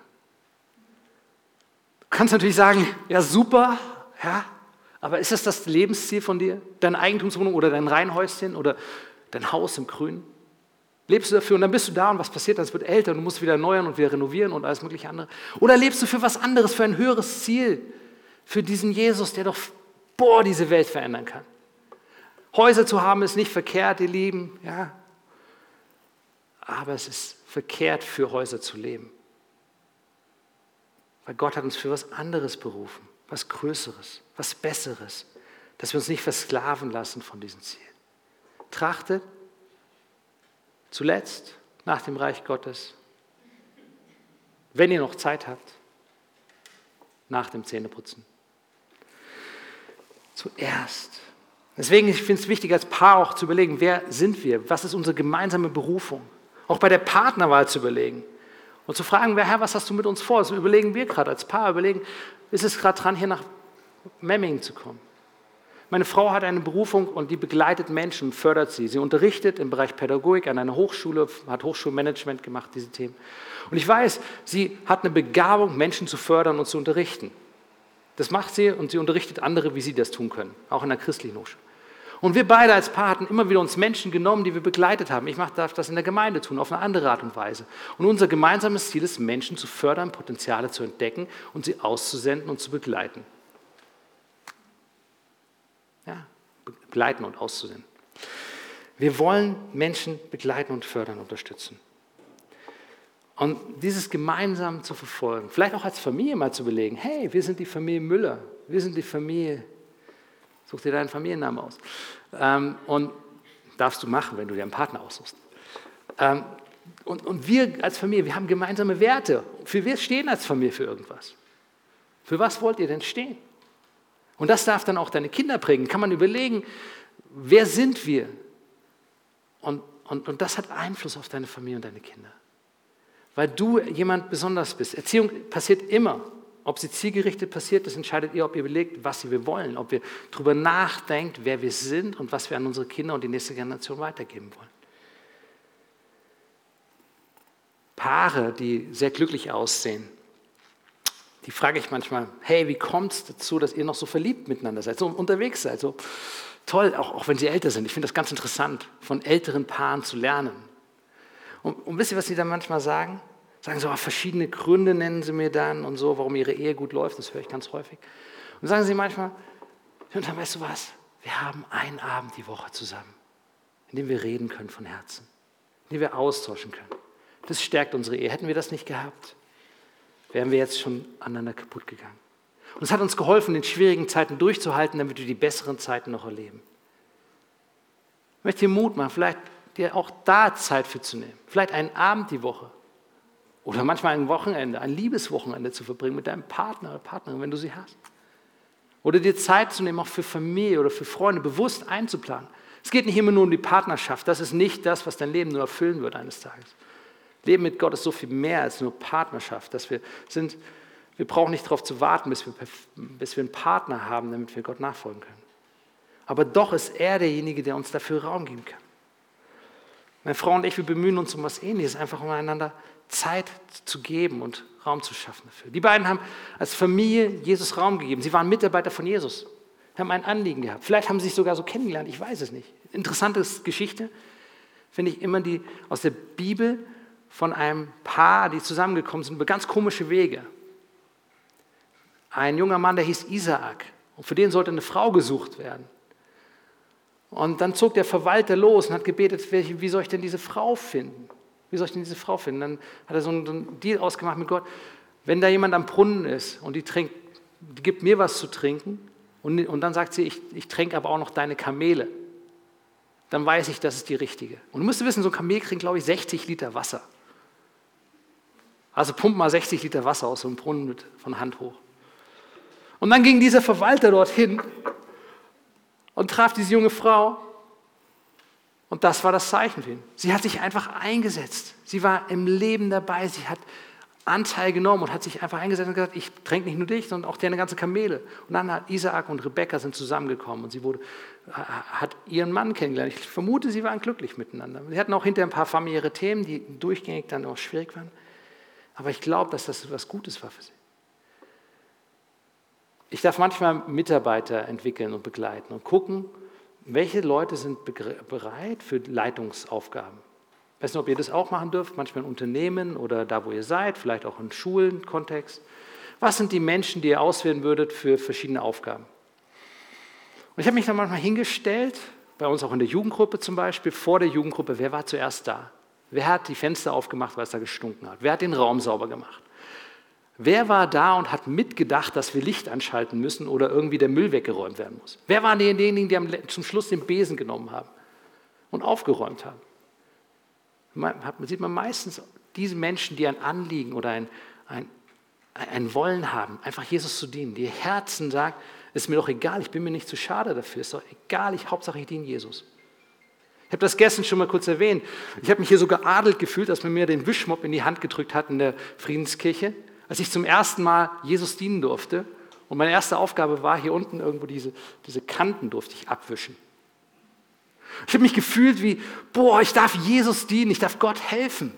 Du kannst natürlich sagen, ja super, ja, aber ist das Lebensziel von dir? Deine Eigentumswohnung oder dein Reihenhäuschen oder dein Haus im Grün? Lebst du dafür und dann bist du da und was passiert dann? Es wird älter und du musst wieder erneuern und wieder renovieren und alles mögliche andere. Oder lebst du für was anderes, für ein höheres Ziel, für diesen Jesus, der doch, diese Welt verändern kann? Häuser zu haben ist nicht verkehrt, ihr Lieben, ja. Aber es ist verkehrt, für Häuser zu leben. Weil Gott hat uns für was anderes berufen, was Größeres, was Besseres, dass wir uns nicht versklaven lassen von diesem Ziel. Trachtet zuletzt nach dem Reich Gottes, wenn ihr noch Zeit habt, nach dem Zähneputzen. Zuerst. Deswegen, ich finde es wichtig, als Paar auch zu überlegen, wer sind wir? Was ist unsere gemeinsame Berufung? Auch bei der Partnerwahl zu überlegen. Und zu fragen, Herr, was hast du mit uns vor? Das überlegen wir gerade als Paar. Überlegen, ist es gerade dran, hier nach Memmingen zu kommen? Meine Frau hat eine Berufung und die begleitet Menschen, fördert sie. Sie unterrichtet im Bereich Pädagogik an einer Hochschule, hat Hochschulmanagement gemacht, diese Themen. Und ich weiß, sie hat eine Begabung, Menschen zu fördern und zu unterrichten. Das macht sie und sie unterrichtet andere, wie sie das tun können, auch in der christlichen Hochschule. Und wir beide als Paar hatten immer wieder uns Menschen genommen, die wir begleitet haben. Ich darf das in der Gemeinde tun, auf eine andere Art und Weise. Und unser gemeinsames Ziel ist, Menschen zu fördern, Potenziale zu entdecken und sie auszusenden und zu begleiten. Ja, begleiten und auszusenden. Wir wollen Menschen begleiten und fördern, unterstützen. Und dieses gemeinsam zu verfolgen, vielleicht auch als Familie mal zu überlegen, hey, wir sind die Familie Müller, wir sind die Familie, such dir deinen Familiennamen aus. Und darfst du machen, wenn du dir einen Partner aussuchst. Und wir als Familie, wir haben gemeinsame Werte. Für wir stehen als Familie für irgendwas. Für was wollt ihr denn stehen? Und das darf dann auch deine Kinder prägen. Kann man überlegen, wer sind wir? Und das hat Einfluss auf deine Familie und deine Kinder. Weil du jemand besonders bist. Erziehung passiert immer. Ob sie zielgerichtet passiert, das entscheidet ihr, ob ihr überlegt, was wir wollen. Ob wir darüber nachdenkt, wer wir sind und was wir an unsere Kinder und die nächste Generation weitergeben wollen. Paare, die sehr glücklich aussehen, die frage ich manchmal, hey, wie kommt es dazu, dass ihr noch so verliebt miteinander seid, so unterwegs seid, so toll, auch wenn sie älter sind. Ich finde das ganz interessant, von älteren Paaren zu lernen. Und wisst ihr, was sie dann manchmal sagen? Sagen so, verschiedene Gründe nennen sie mir dann und so, warum ihre Ehe gut läuft, das höre ich ganz häufig. Und sagen sie manchmal, und dann weißt du was, wir haben einen Abend die Woche zusammen, in dem wir reden können von Herzen, in dem wir austauschen können. Das stärkt unsere Ehe. Hätten wir das nicht gehabt, wären wir jetzt schon aneinander kaputt gegangen. Und es hat uns geholfen, in schwierigen Zeiten durchzuhalten, damit wir die besseren Zeiten noch erleben. Ich möchte dir Mut machen, vielleicht dir auch da Zeit für zu nehmen. Vielleicht einen Abend die Woche oder manchmal ein Wochenende, ein Liebeswochenende zu verbringen mit deinem Partner oder Partnerin, wenn du sie hast. Oder dir Zeit zu nehmen, auch für Familie oder für Freunde, bewusst einzuplanen. Es geht nicht immer nur um die Partnerschaft. Das ist nicht das, was dein Leben nur erfüllen wird eines Tages. Leben mit Gott ist so viel mehr als nur Partnerschaft. Wir brauchen nicht darauf zu warten, bis wir einen Partner haben, damit wir Gott nachfolgen können. Aber doch ist er derjenige, der uns dafür Raum geben kann. Meine Frau und ich, wir bemühen uns um was Ähnliches, einfach um einander Zeit zu geben und Raum zu schaffen dafür. Die beiden haben als Familie Jesus Raum gegeben. Sie waren Mitarbeiter von Jesus, haben ein Anliegen gehabt. Vielleicht haben sie sich sogar so kennengelernt, ich weiß es nicht. Interessante Geschichte finde ich immer die aus der Bibel von einem Paar, die zusammengekommen sind über ganz komische Wege. Ein junger Mann, der hieß Isaak, und für den sollte eine Frau gesucht werden. Und dann zog der Verwalter los und hat gebetet, wie soll ich denn diese Frau finden? Wie soll ich denn diese Frau finden? Dann hat er so einen Deal ausgemacht mit Gott. Wenn da jemand am Brunnen ist und die gibt mir was zu trinken und dann sagt sie, ich trinke aber auch noch deine Kamele, dann weiß ich, das ist die richtige. Und du musst wissen, so ein Kamel kriegt, glaube ich, 60 Liter Wasser. Also pump mal 60 Liter Wasser aus so einem Brunnen von Hand hoch. Und dann ging dieser Verwalter dorthin und traf diese junge Frau. Und das war das Zeichen für ihn. Sie hat sich einfach eingesetzt. Sie war im Leben dabei. Sie hat Anteil genommen und hat sich einfach eingesetzt und gesagt, ich trinke nicht nur dich, sondern auch deine ganze Kamele. Und dann hat Isaak und Rebekka sind zusammengekommen und sie hat ihren Mann kennengelernt. Ich vermute, sie waren glücklich miteinander. Sie hatten auch hinterher ein paar familiäre Themen, die durchgängig dann auch schwierig waren. Aber ich glaube, dass das etwas Gutes war für sie. Ich darf manchmal Mitarbeiter entwickeln und begleiten und gucken, welche Leute sind bereit für Leitungsaufgaben. Ich weiß nicht, ob ihr das auch machen dürft, manchmal in Unternehmen oder da, wo ihr seid, vielleicht auch in Schulenkontext. Was sind die Menschen, die ihr auswählen würdet für verschiedene Aufgaben? Und ich habe mich dann manchmal hingestellt, bei uns auch in der Jugendgruppe zum Beispiel, vor der Jugendgruppe, wer war zuerst da? Wer hat die Fenster aufgemacht, weil es da gestunken hat? Wer hat den Raum sauber gemacht? Wer war da und hat mitgedacht, dass wir Licht anschalten müssen oder irgendwie der Müll weggeräumt werden muss? Wer waren diejenigen, die zum Schluss den Besen genommen haben und aufgeräumt haben? Sieht man meistens diese Menschen, die ein Anliegen oder ein Wollen haben, einfach Jesus zu dienen. Die Herzen sagen, ist mir doch egal, ich bin mir nicht zu schade dafür, ist doch egal, Hauptsache ich diene Jesus. Ich habe das gestern schon mal kurz erwähnt. Ich habe mich hier so geadelt gefühlt, als man mir den Wischmopp in die Hand gedrückt hat in der Friedenskirche, als ich zum ersten Mal Jesus dienen durfte. Und meine erste Aufgabe war, hier unten irgendwo diese Kanten durfte ich abwischen. Ich habe mich gefühlt wie, ich darf Jesus dienen, ich darf Gott helfen.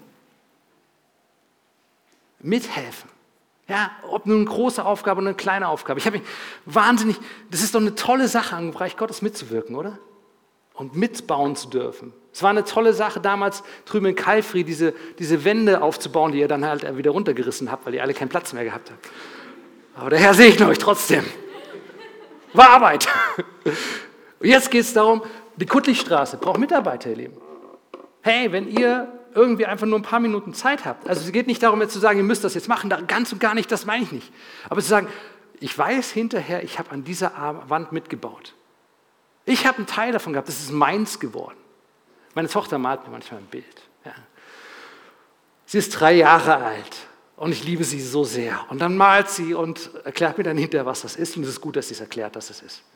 Mithelfen. Ja, ob nun eine große Aufgabe oder eine kleine Aufgabe. Ich habe mich das ist doch eine tolle Sache, am Reich Gottes mitzuwirken, oder? Und mitbauen zu dürfen. Es war eine tolle Sache damals drüben in Kalfri, diese Wände aufzubauen, die ihr dann halt wieder runtergerissen habt, weil ihr alle keinen Platz mehr gehabt habt. Aber der Herr segne euch trotzdem. War Arbeit. Und jetzt geht es darum, die Kuttlichstraße braucht Mitarbeiter, ihr Lieben. Hey, wenn ihr irgendwie einfach nur ein paar Minuten Zeit habt, also es geht nicht darum, jetzt zu sagen, ihr müsst das jetzt machen, ganz und gar nicht, das meine ich nicht. Aber zu sagen, ich weiß hinterher, ich habe an dieser Wand mitgebaut. Ich habe einen Teil davon gehabt, das ist meins geworden. Meine Tochter malt mir manchmal ein Bild. Ja. Sie ist 3 Jahre alt und ich liebe sie so sehr. Und dann malt sie und erklärt mir dann hinterher, was das ist. Und es ist gut, dass sie es erklärt, dass es ist.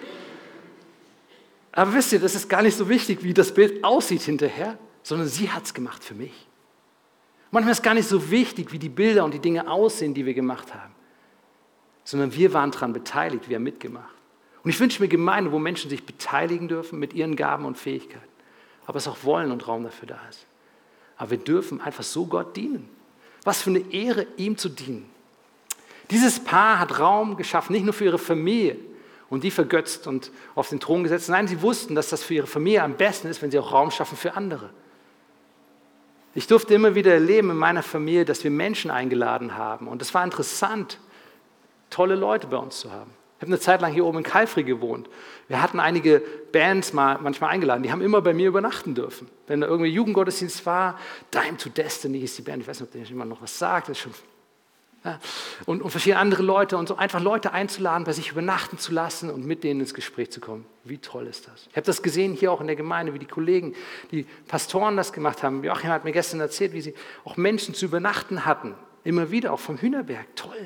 Aber wisst ihr, das ist gar nicht so wichtig, wie das Bild aussieht hinterher, sondern sie hat es gemacht für mich. Manchmal ist es gar nicht so wichtig, wie die Bilder und die Dinge aussehen, die wir gemacht haben, sondern wir waren daran beteiligt, wir haben mitgemacht. Und ich wünsche mir Gemeinden, wo Menschen sich beteiligen dürfen mit ihren Gaben und Fähigkeiten, aber es auch Wollen und Raum dafür da ist. Aber wir dürfen einfach so Gott dienen. Was für eine Ehre, ihm zu dienen. Dieses Paar hat Raum geschaffen, nicht nur für ihre Familie und die vergötzt und auf den Thron gesetzt. Nein, sie wussten, dass das für ihre Familie am besten ist, wenn sie auch Raum schaffen für andere. Ich durfte immer wieder erleben in meiner Familie, dass wir Menschen eingeladen haben. Und es war interessant, tolle Leute bei uns zu haben. Ich habe eine Zeit lang hier oben in Kalfri gewohnt. Wir hatten einige Bands manchmal eingeladen, die haben immer bei mir übernachten dürfen. Wenn da irgendwie Jugendgottesdienst war, Dime to Destiny ist die Band, ich weiß nicht, ob jemand noch was sagt, das ist schon, ja. Und verschiedene andere Leute und so, einfach Leute einzuladen, bei sich übernachten zu lassen und mit denen ins Gespräch zu kommen. Wie toll ist das? Ich habe das gesehen hier auch in der Gemeinde, wie die Kollegen, die Pastoren das gemacht haben. Joachim hat mir gestern erzählt, wie sie auch Menschen zu übernachten hatten, immer wieder, auch vom Hühnerberg. Toll.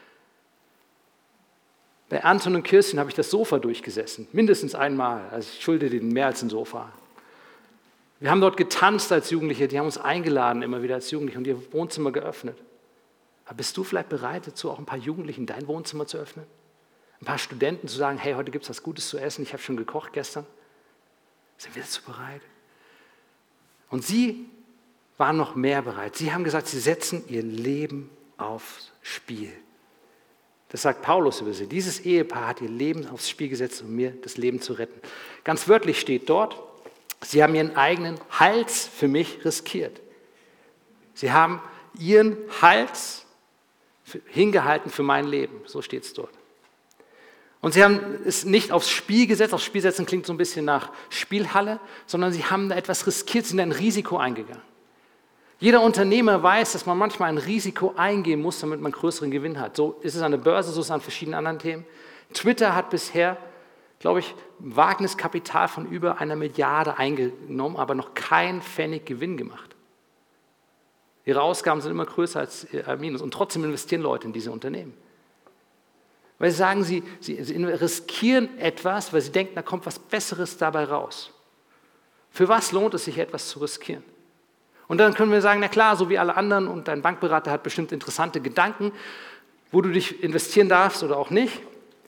Bei Anton und Kirsten habe ich das Sofa durchgesessen, mindestens einmal. Also ich schulde denen mehr als ein Sofa. Wir haben dort getanzt als Jugendliche, die haben uns eingeladen, immer wieder als Jugendliche und ihr Wohnzimmer geöffnet. Aber bist du vielleicht bereit dazu, auch ein paar Jugendlichen dein Wohnzimmer zu öffnen? Ein paar Studenten zu sagen, hey, heute gibt es was Gutes zu essen, ich habe schon gekocht gestern. Sind wir dazu bereit? Und sie waren noch mehr bereit. Sie haben gesagt, sie setzen ihr Leben aufs Spiel. Das sagt Paulus über sie. Dieses Ehepaar hat ihr Leben aufs Spiel gesetzt, um mir das Leben zu retten. Ganz wörtlich steht dort, sie haben ihren eigenen Hals für mich riskiert. Sie haben ihren Hals hingehalten für mein Leben. So steht es dort. Und sie haben es nicht aufs Spiel gesetzt. Aufs Spiel setzen klingt so ein bisschen nach Spielhalle, sondern sie haben da etwas riskiert, sind ein Risiko eingegangen. Jeder Unternehmer weiß, dass man manchmal ein Risiko eingehen muss, damit man größeren Gewinn hat. So ist es an der Börse, so ist es an verschiedenen anderen Themen. Twitter hat bisher, glaube ich, ein Wagniskapital von über 1 Milliarde eingenommen, aber noch keinen Pfennig Gewinn gemacht. Ihre Ausgaben sind immer größer als ihr Minus und trotzdem investieren Leute in diese Unternehmen. Weil sie sagen, sie riskieren etwas, weil sie denken, da kommt was Besseres dabei raus. Für was lohnt es sich, etwas zu riskieren? Und dann können wir sagen, na klar, so wie alle anderen und dein Bankberater hat bestimmt interessante Gedanken, wo du dich investieren darfst oder auch nicht.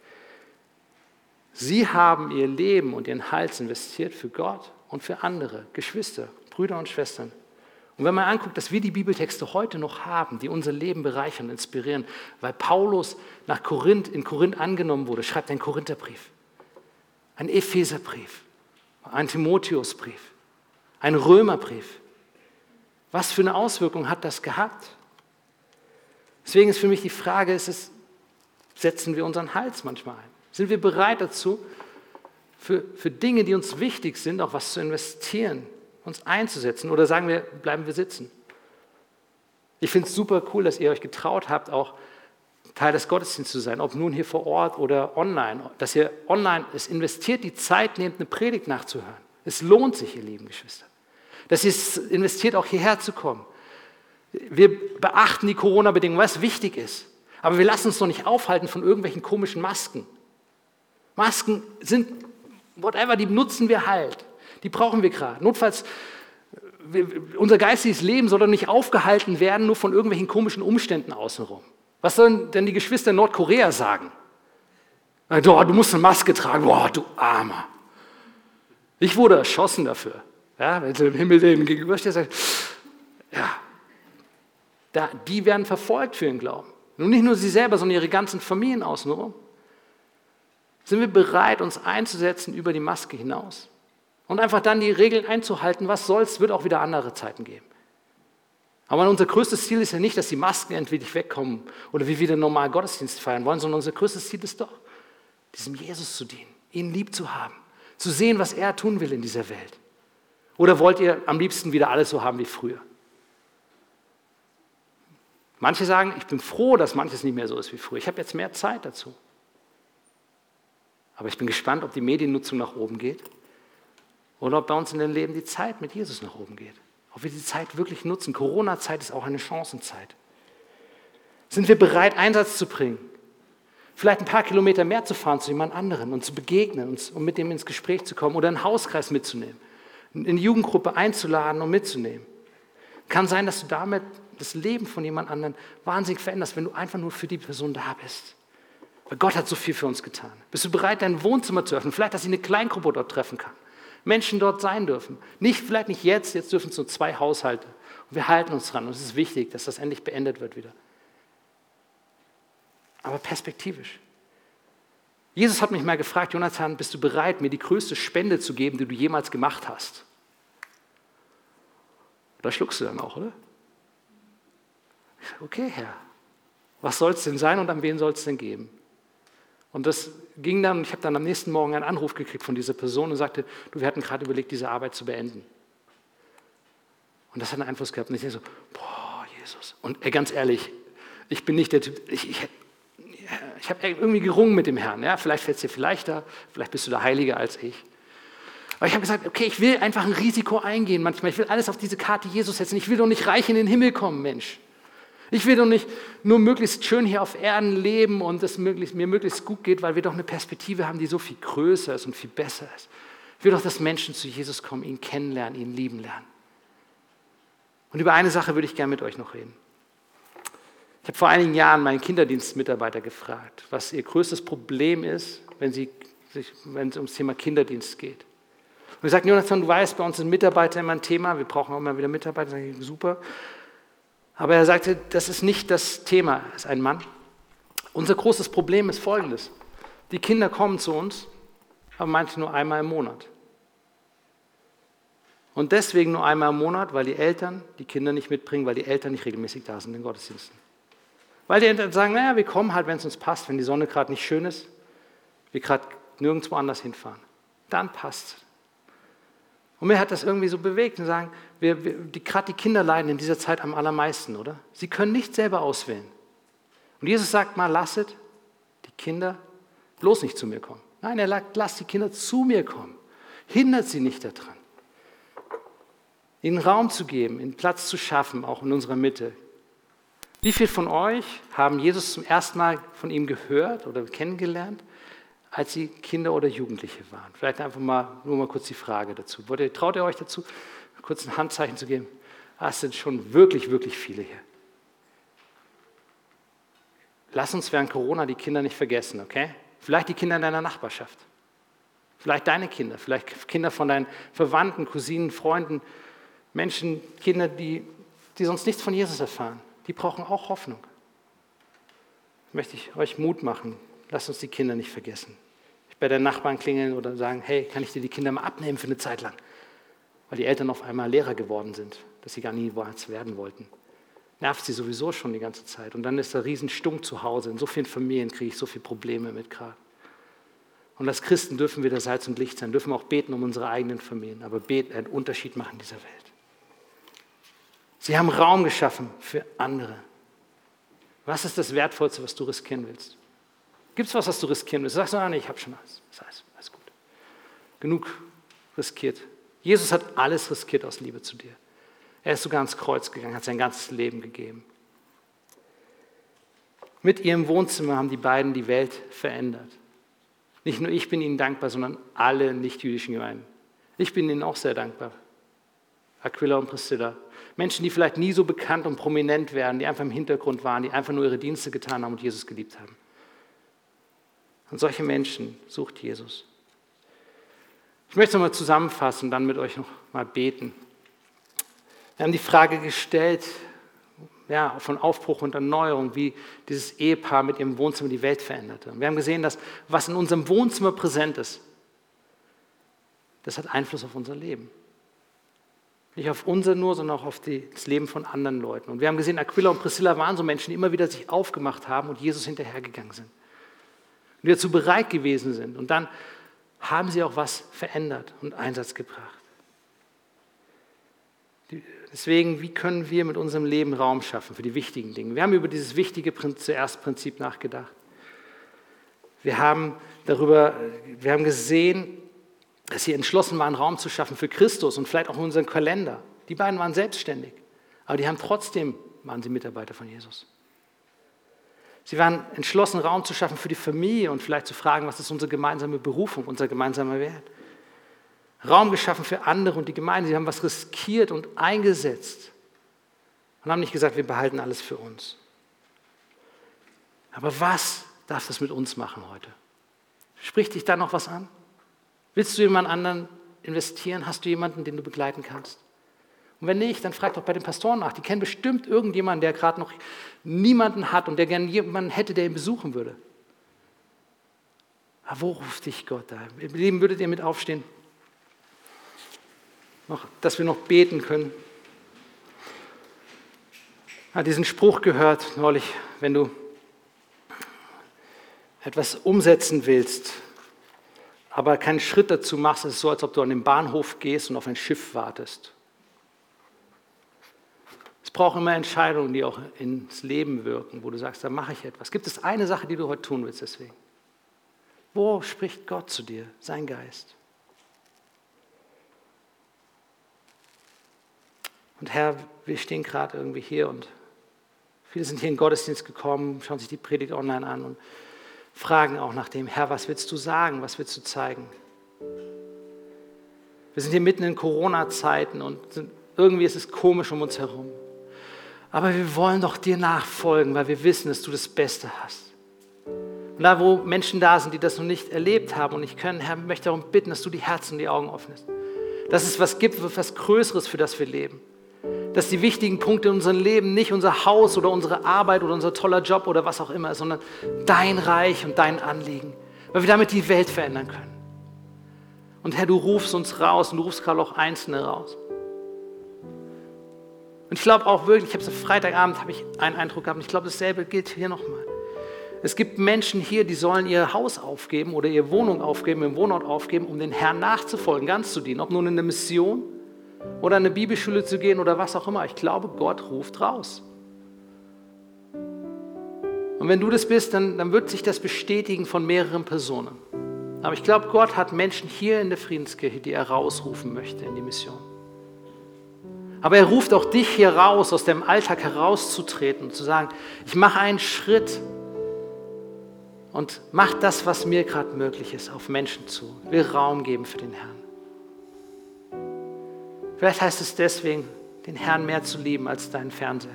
Sie haben ihr Leben und ihren Hals investiert für Gott und für andere, Geschwister, Brüder und Schwestern. Und wenn man anguckt, dass wir die Bibeltexte heute noch haben, die unser Leben bereichern und inspirieren, weil Paulus in Korinth angenommen wurde, schreibt einen Korintherbrief, einen Epheserbrief, einen Timotheusbrief, einen Römerbrief. Was für eine Auswirkung hat das gehabt? Deswegen ist für mich die Frage, setzen wir unseren Hals manchmal ein? Sind wir bereit dazu, für Dinge, die uns wichtig sind, auch was zu investieren, uns einzusetzen? Oder sagen wir, bleiben wir sitzen? Ich finde es super cool, dass ihr euch getraut habt, auch Teil des Gottesdienstes zu sein, ob nun hier vor Ort oder online. Dass ihr online es investiert, die Zeit nehmt, eine Predigt nachzuhören. Es lohnt sich, ihr lieben Geschwister. Dass ihr es investiert, auch hierher zu kommen. Wir beachten die Corona-Bedingungen, was wichtig ist. Aber wir lassen uns doch nicht aufhalten von irgendwelchen komischen Masken. Masken sind, whatever, die nutzen wir halt. Die brauchen wir gerade. Notfalls, unser geistiges Leben soll doch nicht aufgehalten werden, nur von irgendwelchen komischen Umständen außenrum. Was sollen denn die Geschwister in Nordkorea sagen? Du musst eine Maske tragen, du Armer. Ich wurde erschossen dafür. Ja, wenn du im Himmel denen gegenüberstehst, sagst die werden verfolgt für ihren Glauben. Und nicht nur sie selber, sondern ihre ganzen Familien außenrum. Sind wir bereit, uns einzusetzen über die Maske hinaus? Und einfach dann die Regeln einzuhalten, was soll's, wird auch wieder andere Zeiten geben. Aber unser größtes Ziel ist ja nicht, dass die Masken endlich wegkommen oder wir wieder normal Gottesdienst feiern wollen, sondern unser größtes Ziel ist doch, diesem Jesus zu dienen, ihn lieb zu haben, zu sehen, was er tun will in dieser Welt. Oder wollt ihr am liebsten wieder alles so haben wie früher? Manche sagen, ich bin froh, dass manches nicht mehr so ist wie früher. Ich habe jetzt mehr Zeit dazu. Aber ich bin gespannt, ob die Mediennutzung nach oben geht oder ob bei uns in dem Leben die Zeit mit Jesus nach oben geht. Ob wir die Zeit wirklich nutzen. Corona-Zeit ist auch eine Chancenzeit. Sind wir bereit, Einsatz zu bringen? Vielleicht ein paar Kilometer mehr zu fahren zu jemand anderem und zu begegnen, um mit dem ins Gespräch zu kommen oder einen Hauskreis mitzunehmen, eine Jugendgruppe einzuladen und mitzunehmen. Kann sein, dass du damit das Leben von jemand anderem wahnsinnig veränderst, wenn du einfach nur für die Person da bist. Weil Gott hat so viel für uns getan. Bist du bereit, dein Wohnzimmer zu öffnen? Vielleicht, dass ich eine Kleingruppe dort treffen kann. Menschen dort sein dürfen. Vielleicht nicht jetzt dürfen es nur 2 Haushalte. Und wir halten uns dran und es ist wichtig, dass das endlich beendet wird wieder. Aber perspektivisch. Jesus hat mich mal gefragt, Jonathan, bist du bereit, mir die größte Spende zu geben, die du jemals gemacht hast? Da schluckst du dann auch, oder? Ich sage, okay, Herr, was soll es denn sein und an wen soll es denn geben? Und das ging dann, ich habe dann am nächsten Morgen einen Anruf gekriegt von dieser Person und sagte, wir hatten gerade überlegt, diese Arbeit zu beenden. Und das hat einen Einfluss gehabt. Und ich denke so, Jesus. Und ganz ehrlich, ich bin nicht der Typ, ich habe irgendwie gerungen mit dem Herrn. Ja? Vielleicht fällt es dir leichter, vielleicht bist du da heiliger als ich. Aber ich habe gesagt, okay, ich will einfach ein Risiko eingehen manchmal. Ich will alles auf diese Karte Jesus setzen. Ich will doch nicht reich in den Himmel kommen, Mensch. Ich will doch nicht nur möglichst schön hier auf Erden leben und es mir möglichst gut geht, weil wir doch eine Perspektive haben, die so viel größer ist und viel besser ist. Ich will doch, dass Menschen zu Jesus kommen, ihn kennenlernen, ihn lieben lernen. Und über eine Sache würde ich gerne mit euch noch reden. Ich habe vor einigen Jahren meinen Kinderdienstmitarbeiter gefragt, was ihr größtes Problem ist, wenn es ums Thema Kinderdienst geht. Und wir sagten, Jonathan, du weißt, bei uns sind Mitarbeiter immer ein Thema, wir brauchen auch immer wieder Mitarbeiter. Ich sage, super. Aber er sagte, das ist nicht das Thema, er ist ein Mann. Unser großes Problem ist folgendes. Die Kinder kommen zu uns, aber manche nur einmal im Monat. Und deswegen nur einmal im Monat, weil die Eltern die Kinder nicht mitbringen, weil die Eltern nicht regelmäßig da sind in den Gottesdiensten. Weil die Eltern sagen, naja, wir kommen halt, wenn es uns passt, wenn die Sonne gerade nicht schön ist, wir gerade nirgendwo anders hinfahren. Dann passt es. Und mir hat das irgendwie so bewegt und sagen, gerade die Kinder leiden in dieser Zeit am allermeisten, oder? Sie können nicht selber auswählen. Und Jesus sagt mal, lasst die Kinder bloß nicht zu mir kommen. Nein, er sagt, lasst die Kinder zu mir kommen. Hindert sie nicht daran. Ihnen Raum zu geben, ihnen Platz zu schaffen, auch in unserer Mitte. Wie viele von euch haben Jesus zum ersten Mal von ihm gehört oder kennengelernt, als sie Kinder oder Jugendliche waren? Vielleicht einfach nur mal kurz die Frage dazu. Traut ihr euch dazu, kurz ein Handzeichen zu geben? Es sind schon wirklich, wirklich viele hier. Lass uns während Corona die Kinder nicht vergessen, okay? Vielleicht die Kinder in deiner Nachbarschaft. Vielleicht deine Kinder, vielleicht Kinder von deinen Verwandten, Cousinen, Freunden. Menschen, Kinder, die sonst nichts von Jesus erfahren, die brauchen auch Hoffnung. Möchte ich euch Mut machen, lasst uns die Kinder nicht vergessen. Bei der Nachbarn klingeln oder sagen, hey, kann ich dir die Kinder mal abnehmen für eine Zeit lang? Weil die Eltern auf einmal Lehrer geworden sind, dass sie gar nie werden wollten. Nervt sie sowieso schon die ganze Zeit. Und dann ist da riesen Stunk zu Hause. In so vielen Familien kriege ich so viele Probleme mit gerade. Und als Christen dürfen wir das Salz und Licht sein, dürfen auch beten um unsere eigenen Familien, aber beten einen Unterschied machen in dieser Welt. Sie haben Raum geschaffen für andere. Was ist das Wertvollste, was du riskieren willst? Gibt es was du riskieren willst? Du sagst, nee, ich habe schon alles. Das heißt, alles gut. Genug riskiert. Jesus hat alles riskiert aus Liebe zu dir. Er ist sogar ans Kreuz gegangen, hat sein ganzes Leben gegeben. Mit ihrem Wohnzimmer haben die beiden die Welt verändert. Nicht nur ich bin ihnen dankbar, sondern alle nicht-jüdischen Gemeinden. Ich bin ihnen auch sehr dankbar. Aquila und Priscilla. Menschen, die vielleicht nie so bekannt und prominent werden, die einfach im Hintergrund waren, die einfach nur ihre Dienste getan haben und Jesus geliebt haben. Und solche Menschen sucht Jesus. Ich möchte es nochmal zusammenfassen und dann mit euch noch mal beten. Wir haben die Frage gestellt, von Aufbruch und Erneuerung, wie dieses Ehepaar mit ihrem Wohnzimmer die Welt veränderte. Und wir haben gesehen, dass was in unserem Wohnzimmer präsent ist, das hat Einfluss auf unser Leben. Nicht auf unser nur, sondern auch auf das Leben von anderen Leuten. Und wir haben gesehen, Aquila und Priscilla waren so Menschen, die immer wieder sich aufgemacht haben und Jesus hinterhergegangen sind. Und die dazu bereit gewesen sind. Und dann haben sie auch was verändert und Einsatz gebracht. Deswegen, wie können wir mit unserem Leben Raum schaffen für die wichtigen Dinge? Wir haben über dieses wichtige Zuerst-Prinzip nachgedacht. Wir haben gesehen, dass sie entschlossen waren, Raum zu schaffen für Christus und vielleicht auch unseren Kalender. Die beiden waren selbstständig, aber waren sie Mitarbeiter von Jesus. Sie waren entschlossen, Raum zu schaffen für die Familie und vielleicht zu fragen, was ist unsere gemeinsame Berufung, unser gemeinsamer Wert. Raum geschaffen für andere und die Gemeinde. Sie haben was riskiert und eingesetzt und haben nicht gesagt, wir behalten alles für uns. Aber was darf das mit uns machen heute? Spricht dich da noch was an? Willst du jemand anderen investieren? Hast du jemanden, den du begleiten kannst? Und wenn nicht, dann frag doch bei den Pastoren nach. Die kennen bestimmt irgendjemanden, der gerade noch niemanden hat und der gerne jemanden hätte, der ihn besuchen würde. Aber wo ruft dich Gott da? Im Leben würdet ihr mit aufstehen? Dass wir noch beten können. Ich habe diesen Spruch gehört neulich, wenn du etwas umsetzen willst, aber keinen Schritt dazu machst, ist es so, als ob du an den Bahnhof gehst und auf ein Schiff wartest. Es braucht immer Entscheidungen, die auch ins Leben wirken, wo du sagst, da mache ich etwas. Gibt es eine Sache, die du heute tun willst deswegen? Wo spricht Gott zu dir, sein Geist? Und Herr, wir stehen gerade irgendwie hier und viele sind hier in den Gottesdienst gekommen, schauen sich die Predigt online an und fragen auch nach dem, Herr, was willst du sagen, was willst du zeigen? Wir sind hier mitten in Corona-Zeiten und irgendwie ist es komisch um uns herum. Aber wir wollen doch dir nachfolgen, weil wir wissen, dass du das Beste hast. Und da, wo Menschen da sind, die das noch nicht erlebt haben und nicht können, Herr, ich möchte darum bitten, dass du die Herzen und die Augen öffnest. Dass es was gibt, was Größeres, für das wir leben. Dass die wichtigen Punkte in unserem Leben nicht unser Haus oder unsere Arbeit oder unser toller Job oder was auch immer ist, sondern dein Reich und dein Anliegen. Weil wir damit die Welt verändern können. Und Herr, du rufst uns raus und du rufst gerade auch Einzelne raus. Und ich glaube auch wirklich, am Freitagabend habe ich einen Eindruck gehabt, und ich glaube, dasselbe gilt hier nochmal. Es gibt Menschen hier, die sollen ihr Haus aufgeben oder ihre Wohnung aufgeben, ihren Wohnort aufgeben, um den Herrn nachzufolgen, ganz zu dienen. Ob nun in eine Mission oder in eine Bibelschule zu gehen oder was auch immer. Ich glaube, Gott ruft raus. Und wenn du das bist, dann wird sich das bestätigen von mehreren Personen. Aber ich glaube, Gott hat Menschen hier in der Friedenskirche, die er rausrufen möchte in die Mission. Aber er ruft auch dich hier raus, aus dem Alltag herauszutreten und zu sagen, ich mache einen Schritt und mach das, was mir gerade möglich ist, auf Menschen zu. Ich will Raum geben für den Herrn. Vielleicht heißt es deswegen, den Herrn mehr zu lieben als deinen Fernseher.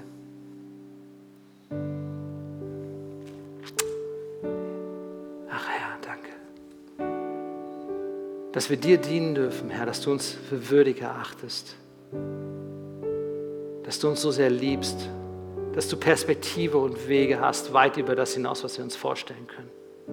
Ach Herr, danke. Dass wir dir dienen dürfen, Herr, dass du uns für würdig erachtest. dass du uns so sehr liebst, dass du Perspektive und Wege hast, weit über das hinaus, was wir uns vorstellen können.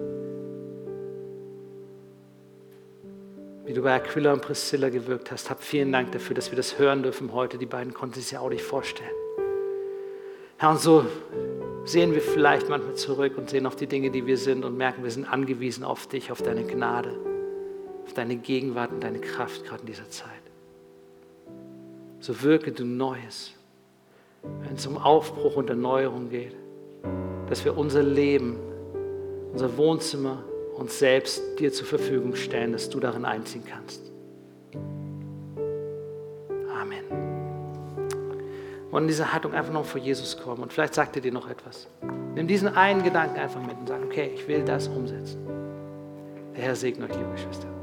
Wie du bei Aquila und Priscilla gewirkt hast, hab vielen Dank dafür, dass wir das hören dürfen heute. Die beiden konnten sich ja auch nicht vorstellen. Herr, und so sehen wir vielleicht manchmal zurück und sehen auf die Dinge, die wir sind und merken, wir sind angewiesen auf dich, auf deine Gnade, auf deine Gegenwart und deine Kraft gerade in dieser Zeit. So wirke du Neues, wenn es um Aufbruch und Erneuerung geht, dass wir unser Leben, unser Wohnzimmer, uns selbst dir zur Verfügung stellen, dass du darin einziehen kannst. Amen. Und in dieser Haltung einfach noch vor Jesus kommen und vielleicht sagt er dir noch etwas. Nimm diesen einen Gedanken einfach mit und sag, okay, ich will das umsetzen. Der Herr segne euch, liebe Geschwister.